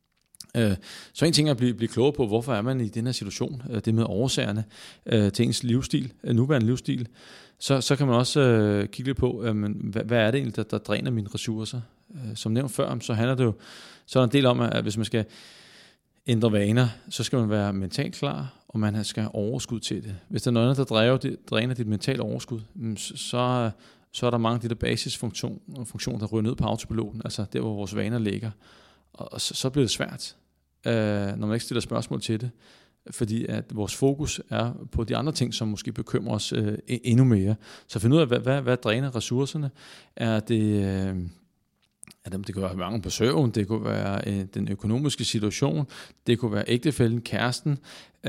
Så en ting er at blive, blive klogere på, hvorfor er man i den her situation, det med årsagerne til ens livsstil, nuværende livsstil. Så, så kan man også øh, kigge lidt på, øh, hvad, hvad er det egentlig, der, der dræner mine ressourcer. Øh, som nævnt før, så handler det jo, så er der en del om, at hvis man skal ændre vaner, så skal man være mentalt klar, og man skal have overskud til det. Hvis der er noget, der dræner, dræner dit mentale overskud, så, så er der mange af de der basisfunktioner, funktioner, der ryger ned på autopiloten, altså der, hvor vores vaner ligger. Og så, så bliver det svært, øh, når man ikke stiller spørgsmål til det, fordi at vores fokus er på de andre ting, som måske bekymrer os øh, endnu mere. Så find ud af, hvad, hvad, hvad dræner ressourcerne? Er det, øh, er det, det kunne være mangel på søvn, det kunne være øh, den økonomiske situation, det kunne være ægtefællen, kæresten,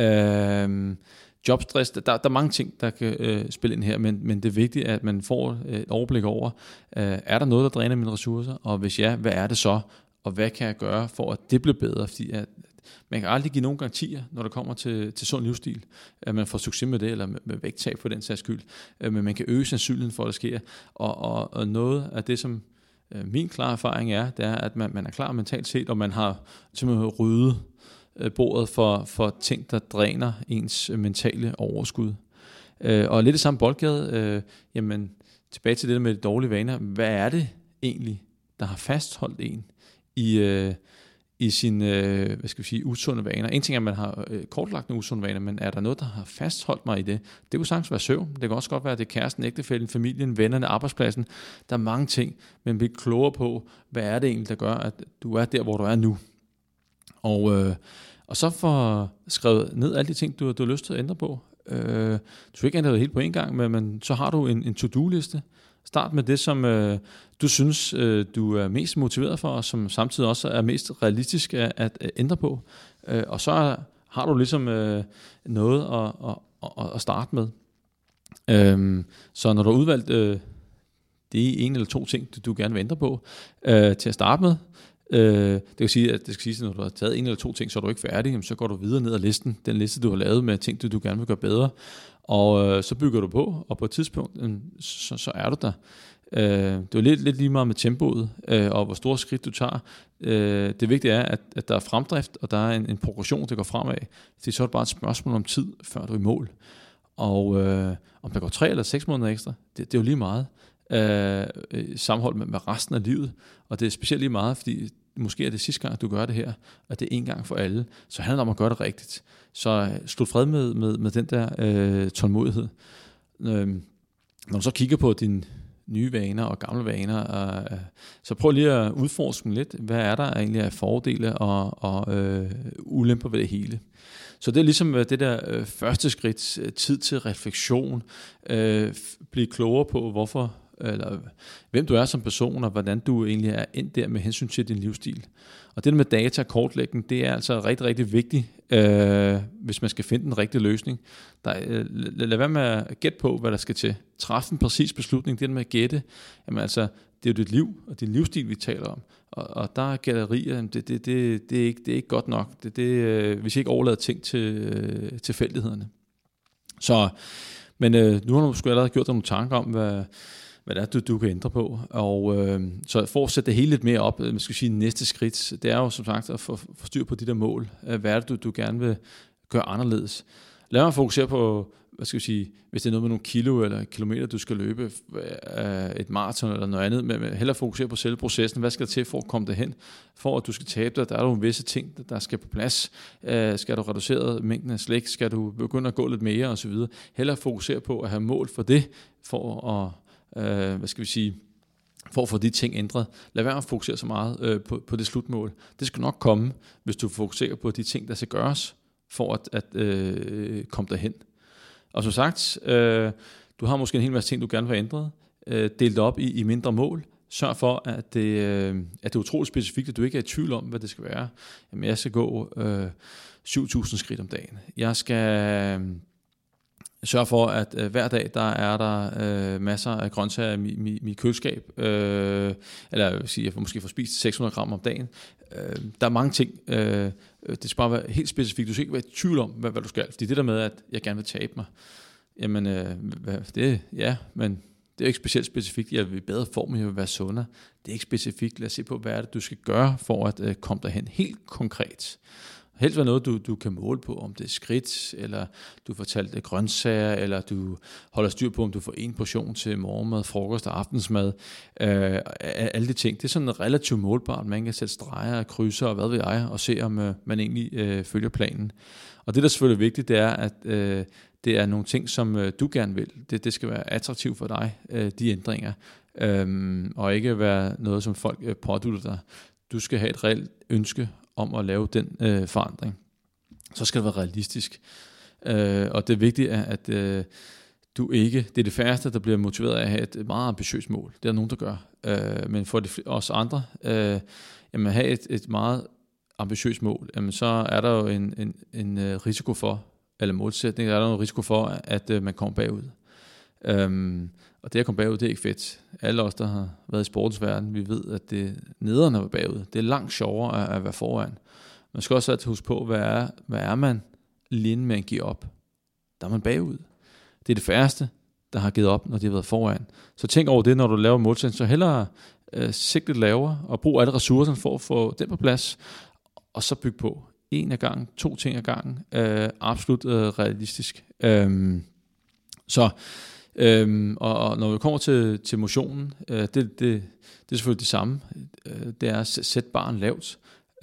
øh, jobstress. Der, der er mange ting, der kan øh, spille ind her, men, men det er vigtigt, at man får et overblik over, øh, er der noget, der dræner mine ressourcer? Og hvis ja, hvad er det så? Og hvad kan jeg gøre for, at det bliver bedre? Fordi at man kan aldrig give nogen garantier, når det kommer til, til sund livsstil, at man får succes med det, eller med, med vægttab for den sags skyld. Men man kan øge sandsynligheden for, at det sker. Og, og, og noget af det, som øh, min klare erfaring er, det er, at man, man er klar mentalt set, og man har simpelthen ryddet øh, bordet for, for ting, der dræner ens mentale overskud. Øh, og lidt i samme boldgade, øh, jamen tilbage til det der med de dårlige vaner. Hvad er det egentlig, der har fastholdt en i... Øh, i sine, øh, hvad skal vi sige, usunde vaner. En ting er, at man har øh, kortlagt nogle usunde vaner, men er der noget, der har fastholdt mig i det? Det kunne sagtens være søvn. Det kan også godt være, at det er kæresten, ægtefællen, familien, vennerne, arbejdspladsen. Der er mange ting, men vi er klogere på, hvad er det egentlig, der gør, at du er der, hvor du er nu. Og, øh, og så får skrevet ned alle de ting, du, du har lyst til at ændre på. Øh, du skal ikke ændre det helt på en gang, men, men så har du en, en to-do-liste. Start med det, som øh, du synes, øh, du er mest motiveret for, og som samtidig også er mest realistisk at, at ændre på. Øh, og så har du ligesom øh, noget at, at, at starte med. Øh, så når du har udvalgt øh, de en eller to ting, du, du gerne vil ændre på, øh, til at starte med, øh, det kan sige, at det skal sige, at når du har taget en eller to ting, så er du ikke færdig, jamen, så går du videre ned ad listen, den liste, du har lavet med ting, du, du gerne vil gøre bedre. Og øh, så bygger du på, og på et tidspunkt, øh, så, så er du der. Øh, det er lidt, lidt lige meget med tempoet, øh, og hvor store skridt du tager. Øh, det vigtige er, at, at der er fremdrift, og der er en, en progression, der går fremad. Det er så bare et spørgsmål om tid, før du er i mål. Og øh, om der går tre eller seks måneder ekstra, det, det er jo lige meget. Øh, sammenholdt med, med resten af livet. Og det er specielt lige meget, fordi måske er det sidste gang, du gør det her, og det er en gang for alle. Så handler det om at gøre det rigtigt. Så slut fred med, med, med den der øh, tålmodighed. Øh, når du så kigger på dine nye vaner og gamle vaner, øh, så prøv lige at udforske dem lidt. Hvad er der egentlig af fordele og, og øh, ulemper ved det hele? Så det er ligesom det der øh, første skridt, tid til refleksion, øh, blive klogere på, hvorfor, eller hvem du er som person, og hvordan du egentlig er ind der med hensyn til din livsstil. Og det med data og kortlægning, det er altså rigtig, rigtig vigtigt, øh, hvis man skal finde den rigtige løsning. Der, øh, lad, lad være med at gætte på, hvad der skal til. Træffe en præcis beslutning, det med at gætte, jamen altså, det er jo dit liv og din livsstil, vi taler om. Og, og der er gallerier, det, det, det, det, er ikke, det er ikke godt nok. Det, det, øh, vi skal ikke overlade ting til øh, tilfældighederne. Så, men øh, nu har du sgu allerede gjort dig nogle tanker om, hvad, hvad det er, du, du kan ændre på. Og øh, så for at sætte det hele lidt mere op, man skal sige næste skridt, det er jo som sagt at få, få styr på de der mål. Hvad er det, du, du gerne vil gøre anderledes? Lad mig fokusere på, hvad skal jeg sige, hvis det er noget med nogle kilo eller kilometer, du skal løbe, et maraton eller noget andet, men hellere fokusere på selve processen. Hvad skal der til for at komme derhen? For at du skal tabe dig, der er nogle visse ting, der skal på plads. Skal du reducere mængden af slik? Skal du begynde at gå lidt mere osv.? Hellere fokusere på at have mål for det, for at, hvad skal vi sige, for at få de ting ændret. Lad være at fokusere så meget øh, på, på det slutmål. Det skal nok komme, hvis du fokuserer på de ting, der skal gøres, for at, at øh, komme derhen. Og som sagt, øh, du har måske en hel masse ting, du gerne vil have ændret. Øh, del det op i, i mindre mål. Sørg for, at det, øh, at det er utroligt specifikt, at du ikke er i tvivl om, hvad det skal være. Jamen, jeg skal gå øh, syv tusind skridt om dagen. Jeg skal øh, sørge for, at øh, hver dag, der er der øh, masser af grøntsager i mit, mit, mit køleskab. Øh, eller jeg vil sige, jeg får måske få spist seks hundrede gram om dagen. Øh, der er mange ting. Øh, det skal bare være helt specifikt. Du skal ikke være i tvivl om, hvad, hvad du skal. Fordi det der med, at jeg gerne vil tabe mig, jamen, øh, det, ja, men det er ikke specielt specifikt. Jeg vil i bedre form, jeg vil være sundere. Det er ikke specifikt. Lad os se på, hvad er det, du skal gøre for at øh, komme derhen helt konkret. Helst være noget, du, du kan måle på, om det er skridt, eller du får talt grøntsager, eller du holder styr på, om du får en portion til morgenmad, frokost og aftensmad. Øh, alle de ting. Det er sådan relativt målbart. Man kan sætte streger og krydser og hvad ved jeg, og se om øh, man egentlig øh, følger planen. Og det, der er selvfølgelig vigtigt, det er, at øh, det er nogle ting, som øh, du gerne vil. Det, det skal være attraktivt for dig, øh, de ændringer, øh, og ikke være noget, som folk øh, pådutter dig. Du skal have et reelt ønske om at lave den øh, forandring. Så skal det være realistisk. Øh, og det er vigtigt, at, at øh, du ikke, det er det færreste, der bliver motiveret af at have et meget ambitiøst mål. Det er der nogen, der gør. Øh, men for de, os andre, øh, jamen, at have et, et meget ambitiøst mål, jamen, så er der jo en, en, en risiko for, eller modsætning, der er der en risiko for, at, at, at man kommer bagud. Um, og det at komme bagud, det er ikke fedt. Alle os, der har været i sportens verden, vi ved, at det nederen at være bagud. Det er langt sjovere at, at være foran. Man skal også huske på, hvad er, hvad er man lige inden man giver op? Der er man bagud. Det er det færreste, der har givet op, når de har været foran. Så tænk over det, når du laver målsætning. Så hellere øh, sigte lidt lavere, og brug alle ressourcerne for at få den på plads, og så bygge på. En af gangen, to ting ad gangen. Øh, absolut øh, realistisk. Um, så Øhm, og, og når vi kommer til, til motionen, øh, det, det, det er selvfølgelig det samme. Øh, det er at sætte barren lavt.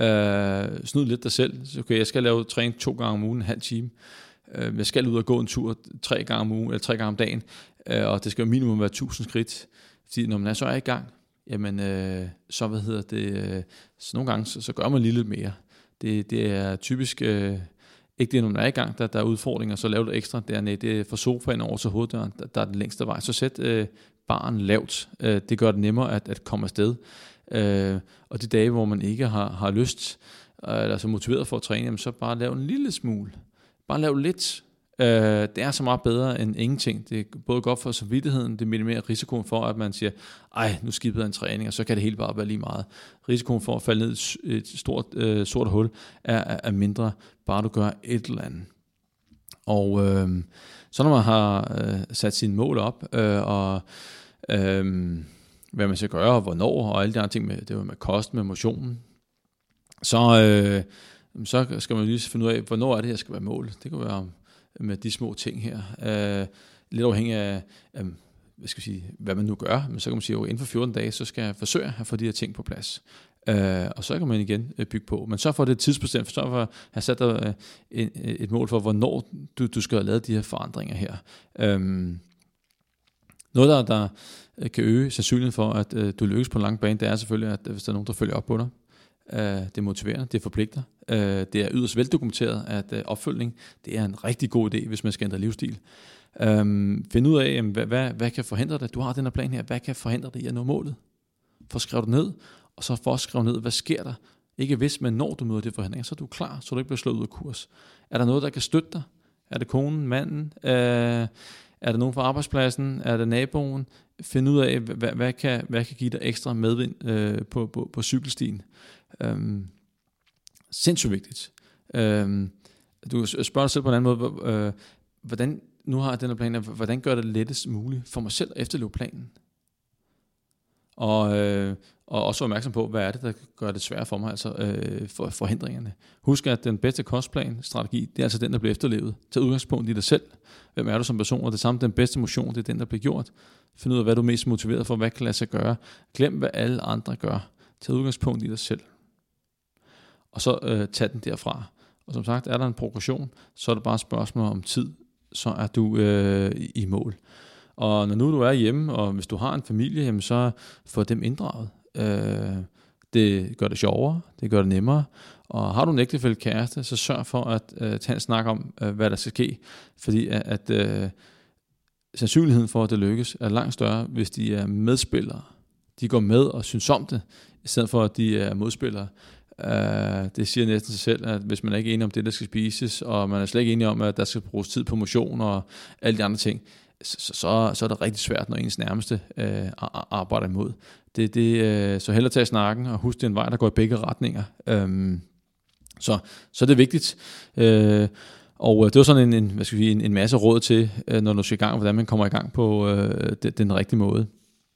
Øh, snyd lidt dig selv. Okay, jeg skal lave træning to gange om ugen, en halv time. Øh, jeg skal ud og gå en tur tre gange om ugen, eller tre gange om dagen. Øh, og det skal jo minimum være tusind skridt. Fordi når man er så er i gang, jamen øh, så hvad hedder det, øh, så nogle gange så, så gør man lige lidt mere. Det, det er typisk øh, ikke det, når man er i gang, der, der er udfordringer, så lav det ekstra. Det er, nej, det er fra sofaen over til hoveddøren, der, der er den længste vej. Så sæt øh, barren lavt. Øh, det gør det nemmere at, at komme afsted. Øh, og de dage, hvor man ikke har, har lyst, øh, eller så motiveret for at træne, jamen, så bare lav en lille smule. Bare lav lidt. Øh, det er så meget bedre end ingenting. Det er både godt for samvittigheden, det minimerer risikoen for, at man siger, ej, nu skippede jeg en træning, og så kan det hele bare være lige meget. Risikoen for at falde ned i et stort øh, sort hul er, er, er mindre, bare du gør et eller andet. Og øh, så når man har øh, sat sine mål op, øh, og øh, hvad man skal gøre, og hvornår, og alle de andre ting, med, det var med kost, med motionen, så, øh, så skal man lige finde ud af, hvornår er det, jeg skal være mål. Det kan være med de små ting her. Øh, lidt afhængig af, øh, hvad skal jeg sige, hvad man nu gør, men så kan man sige, at inden for fjorten dage, så skal jeg forsøge at få de her ting på plads. Øh, og så kan man igen øh, bygge på. Men så for det tidsbestemt, så for at have sat dig øh, et, et mål for, hvornår du, du skal have lavet de her forandringer her. Øh, noget, der, der kan øge sandsynligheden for, at øh, du lykkes på en lang bane, det er selvfølgelig, at hvis der er nogen, der følger op på dig. Uh, det er motiverende, det forpligter. Uh, det er yderst veldokumenteret, at uh, opfølgning, det er en rigtig god idé, hvis man skal ændre livsstil. Um, find ud af, hvad, hvad, hvad kan forhindre dig. Du har den her plan her, hvad kan forhindre dig i at nå målet? For at skrive det ned, og så for at skrive ned, hvad sker der? Ikke hvis, men når du møder det forhindringer, så er du klar, så du ikke bliver slået ud af kurs. Er der noget, der kan støtte dig? Er det konen, manden? Uh, er der nogen fra arbejdspladsen? Er det naboen? Find ud af, hvad, hvad, kan, hvad kan give dig ekstra medvind uh, på, på, på cykelstien. Um, sindssygt vigtigt. Um, du spørger dig selv på en anden måde, uh, hvordan, nu har jeg den her plan, hvordan gør det lettest muligt for mig selv at efterleve planen? Og, uh, og også være opmærksom på, hvad er det, der gør det svært for mig, altså uh, for forhindringerne. Husk, at den bedste kostplan, strategi, det er altså den, der bliver efterlevet. Tag udgangspunkt i dig selv. Hvem er du som person? Og det samme, den bedste motion, det er den, der bliver gjort. Find ud af, hvad du er mest motiveret for, hvad kan lade sig gøre. Glem, hvad alle andre gør. Tag udgangspunkt i dig selv. Og så øh, tag den derfra. Og som sagt, er der en progression, så er det bare et spørgsmål om tid, så er du øh, i mål. Og når nu du er hjemme, og hvis du har en familie, jamen, så få dem inddraget. Øh, det gør det sjovere, det gør det nemmere. Og har du en ægtefælle kæreste, så sørg for at øh, tage en snak om, øh, hvad der skal ske. Fordi at, at øh, sandsynligheden for, at det lykkes, er langt større, hvis de er medspillere. De går med og synes om det, i stedet for at de er modspillere. Uh, det siger næsten sig selv, at hvis man er ikke enig om det, der skal spises, og man er slet ikke enig om, at der skal bruges tid på motion og alle de andre ting, så, så, så er det rigtig svært, når ens nærmeste uh, arbejder imod. Det, det, uh, så hellere tage snakken, og husk, det er en vej, der går i begge retninger. Um, så, så det er vigtigt. Uh, og det var sådan en, en, hvad skal vi sige, en, en masse råd til, uh, når du skal i gang, hvordan man kommer i gang på uh, den, den rigtige måde.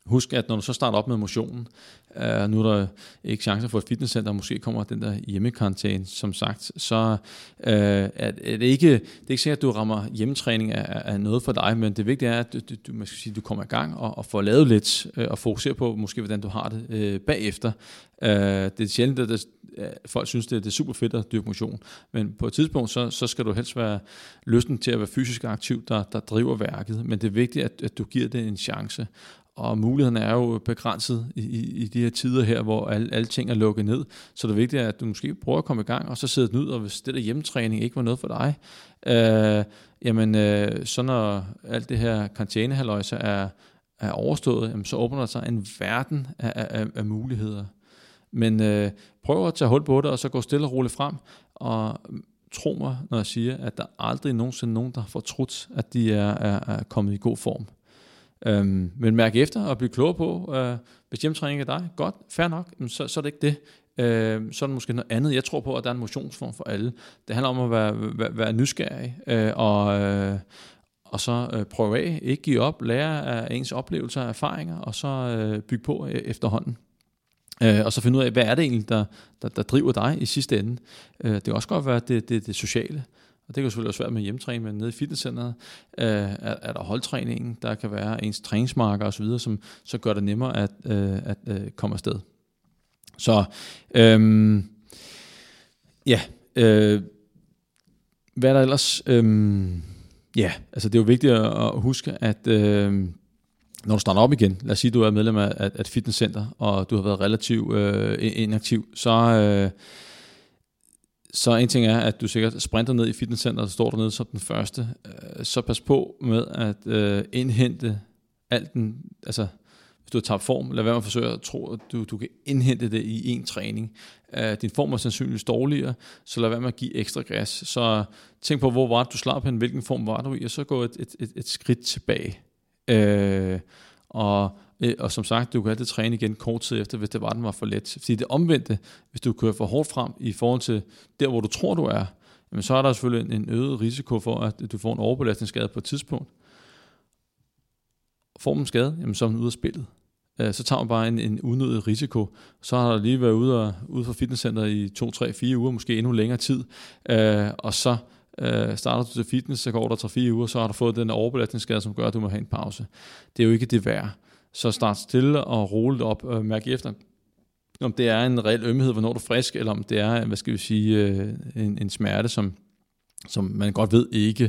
Husk, at når du så starter op med motionen, uh, nu er der ikke chancer for et fitnesscenter, og måske kommer den der hjemmekarantæne, som sagt, så uh, er, er det, ikke, det er ikke sikkert, at du rammer hjemmetræning af, af noget for dig, men det vigtige er, at du, du, man skal sige, du kommer i gang og, og får lavet lidt, uh, og fokuserer på, måske hvordan du har det uh, bagefter. Uh, det er sjældent, at det, uh, folk synes, det er, det er super fedt at dyrke motion, men på et tidspunkt, så, så skal du helst være lysten til at være fysisk aktiv, der, der driver værket, men det er vigtigt, at, at du giver det en chance. Og mulighederne er jo begrænset i, i, i de her tider her, hvor alle, alle ting er lukket ned. Så det er vigtigt, at du måske prøver at komme i gang, og så sidde den ud, og hvis det der hjemmetræning ikke var noget for dig, øh, jamen øh, så når alt det her karantænehalløjse er, er overstået, jamen, så åbner der sig en verden af, af, af muligheder. Men øh, prøv at tage hul på det, og så gå stille og roligt frem, og tro mig, når jeg siger, at der aldrig nogensinde nogen, der har fortrudt, at de er, er, er kommet i god form. Øhm, men mærk efter og blive klogere på, øh, hvis hjemmetræning er dig, godt, fair nok, så, så er det ikke det. Øh, så er det måske noget andet. Jeg tror på, at der er en motionsform for alle. Det handler om at være, være, være nysgerrig, øh, og, øh, og så øh, prøve af, ikke give op, lære af ens oplevelser og erfaringer, og så øh, bygge på efterhånden. Øh, og så finde ud af, hvad er det egentlig, der, der, der driver dig i sidste ende. Øh, det kan også godt være det, det, det sociale. Og det kan jo selvfølgelig være svært med hjemmetræning, men nede i fitnesscenteret øh, er, er der holdtræningen, der kan være ens træningsmarker osv., som så gør det nemmere at, øh, at øh, komme afsted. Så øh, ja, øh, hvad er der ellers? Øh, ja, altså det er jo vigtigt at huske, at øh, når du starter op igen, lad os sige, at du er medlem af et fitnesscenter, og du har været relativt øh, inaktiv, så øh, Så en ting er, at du sikkert sprinter ned i fitnesscenteret, og står dernede som den første. Så pas på med at øh, indhente alt den, altså hvis du har tabt form, lad være med at forsøge at tro, at du, du kan indhente det i en træning. Uh, din form er sandsynligvis dårligere, så lad være med at give ekstra gas. Så tænk på, hvor var det, du slap hen, hvilken form var du i, og så gå et, et, et, et skridt tilbage. Uh, og Og som sagt, du kan altid træne igen kort tid efter, hvis det var, den var for let. Fordi det omvendte, hvis du kører for hårdt frem i forhold til der, hvor du tror, du er, jamen så er der selvfølgelig en øget risiko for, at du får en overbelastningsskade på et tidspunkt. Får man en skade, jamen så er man ude af spillet. Så tager man bare en, en unødig risiko. Så har du lige været ude, og, ude fra fitnesscenter i to, tre, fire uger, måske endnu længere tid. Og så starter du til fitness, så går der tre, fire uger, så har du fået den overbelastningsskade, som gør, at du må have en pause. Det er jo ikke det værd. Så start stille og roligt op og mærke efter, om det er en reel ømhed, hvornår du er frisk, eller om det er, hvad skal vi sige, en, en smerte, som, som man godt ved ikke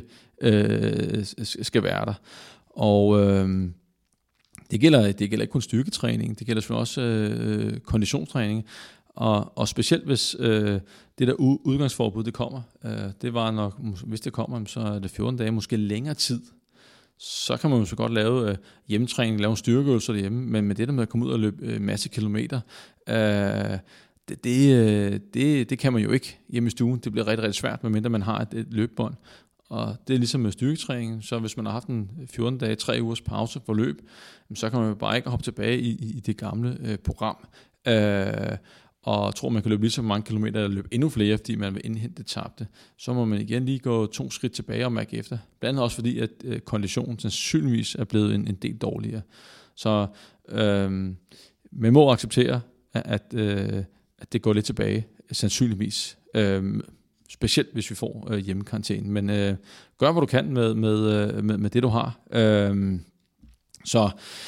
øh, skal være der. Og øh, det, gælder, det gælder ikke kun styrketræning, det gælder selvfølgelig også øh, konditionstræning, og, og specielt hvis øh, det der udgangsforbud, det kommer, øh, det var nok, hvis det kommer, så er det fjorten dage, måske længere tid. Så kan man jo så godt lave øh, hjemmetræning, lave styrkeøvelser derhjemme, men med det der med at komme ud og løbe øh, masse kilometer, øh, det, det, øh, det, det kan man jo ikke hjemme i stuen. Det bliver rigtig, rigtig svært, medmindre man har et, et løbebånd. Og det er ligesom med styrketræning, så hvis man har haft en fjorten dage, tre ugers pause for løb, så kan man jo bare ikke hoppe tilbage i, i det gamle øh, program. Øh, og tror, man kan løbe lige så mange kilometer, eller løbe endnu flere, fordi man vil indhente det tabte, så må man igen lige gå to skridt tilbage og mærke efter. Blandt andet også fordi, at øh, konditionen sandsynligvis er blevet en, en del dårligere. Så øh, man må acceptere, at, at, øh, at det går lidt tilbage, sandsynligvis. Øh, specielt hvis vi får øh, hjemmekarantæne. Men øh, gør, hvad du kan med, med, med, med det, du har. Øh, så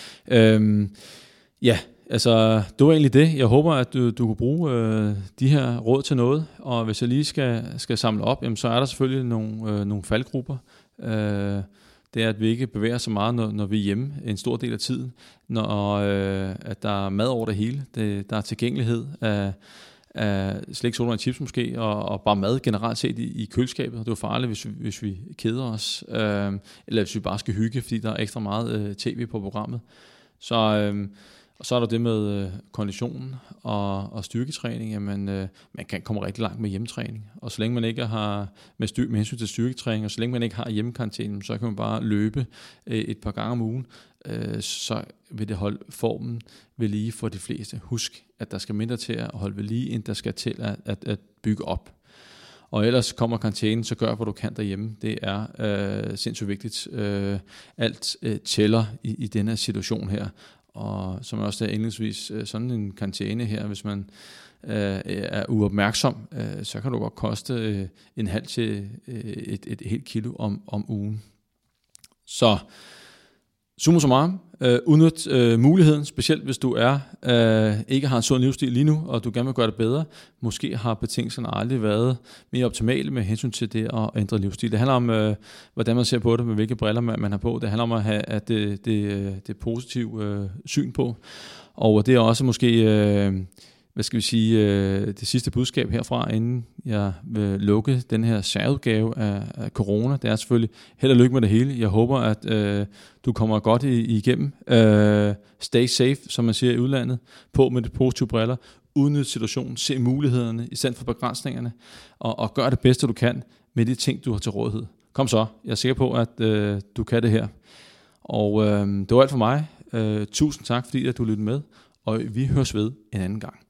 øh, ja, altså, det var egentlig det. Jeg håber, at du, du kunne bruge øh, de her råd til noget, og hvis jeg lige skal, skal samle op, jamen, så er der selvfølgelig nogle, øh, nogle faldgrupper. Øh, det er, at vi ikke bevæger så meget, når, når vi er hjemme en stor del af tiden, når øh, at der er mad over det hele, det, der er tilgængelighed af, af slik, sodavand, chips måske, og, og bare mad generelt set i, i køleskabet. Det er jo farligt, hvis vi, hvis vi keder os, øh, eller hvis vi bare skal hygge, fordi der er ekstra meget øh, tv på programmet. Så øh, Og så er der det med øh, konditionen og, og styrketræning, at man, øh, man kan komme rigtig langt med hjemmetræning. Og så længe man ikke har med, styr, med hensyn til styrketræning, og så længe man ikke har hjemmekarantæne, så kan man bare løbe øh, et par gange om ugen. Øh, så vil det holde formen ved lige for de fleste. Husk, at der skal mindre til at holde ved lige, end der skal til at, at, at bygge op. Og ellers kommer karantænen, så gør, hvad du kan derhjemme. Det er øh, sindssygt vigtigt. Øh, alt øh, tæller i, i denne situation her. og som jeg også sagde indledningsvis, øh, sådan en karantæne her, hvis man øh, er uopmærksom, øh, så kan det godt koste øh, en halv til øh, et, et helt kilo om, om ugen. Så summa summarum, øh, udnyt øh, muligheden, specielt hvis du er øh, ikke har en sund livsstil lige nu, og du gerne vil gøre det bedre. Måske har betingelserne aldrig været mere optimale med hensyn til det at ændre livsstil. Det handler om, øh, hvordan man ser på det, med hvilke briller man, man har på. Det handler om at have at det, det, det positive øh, syn på. Og det er også måske, øh, hvad skal vi sige, øh, det sidste budskab herfra, inden jeg vil lukke den her særudgave af, af corona. Det er selvfølgelig held og lykke med det hele. Jeg håber, at øh, du kommer godt i, igennem. Øh, stay safe, som man siger i udlandet. På med de positive briller. Udnyt situationen. Se mulighederne i stedet for begrænsningerne. Og, og gør det bedste, du kan med de ting, du har til rådighed. Kom så. Jeg er sikker på, at øh, du kan det her. Og øh, det var alt for mig. Øh, tusind tak, fordi at du lyttede med. Og vi høres ved en anden gang.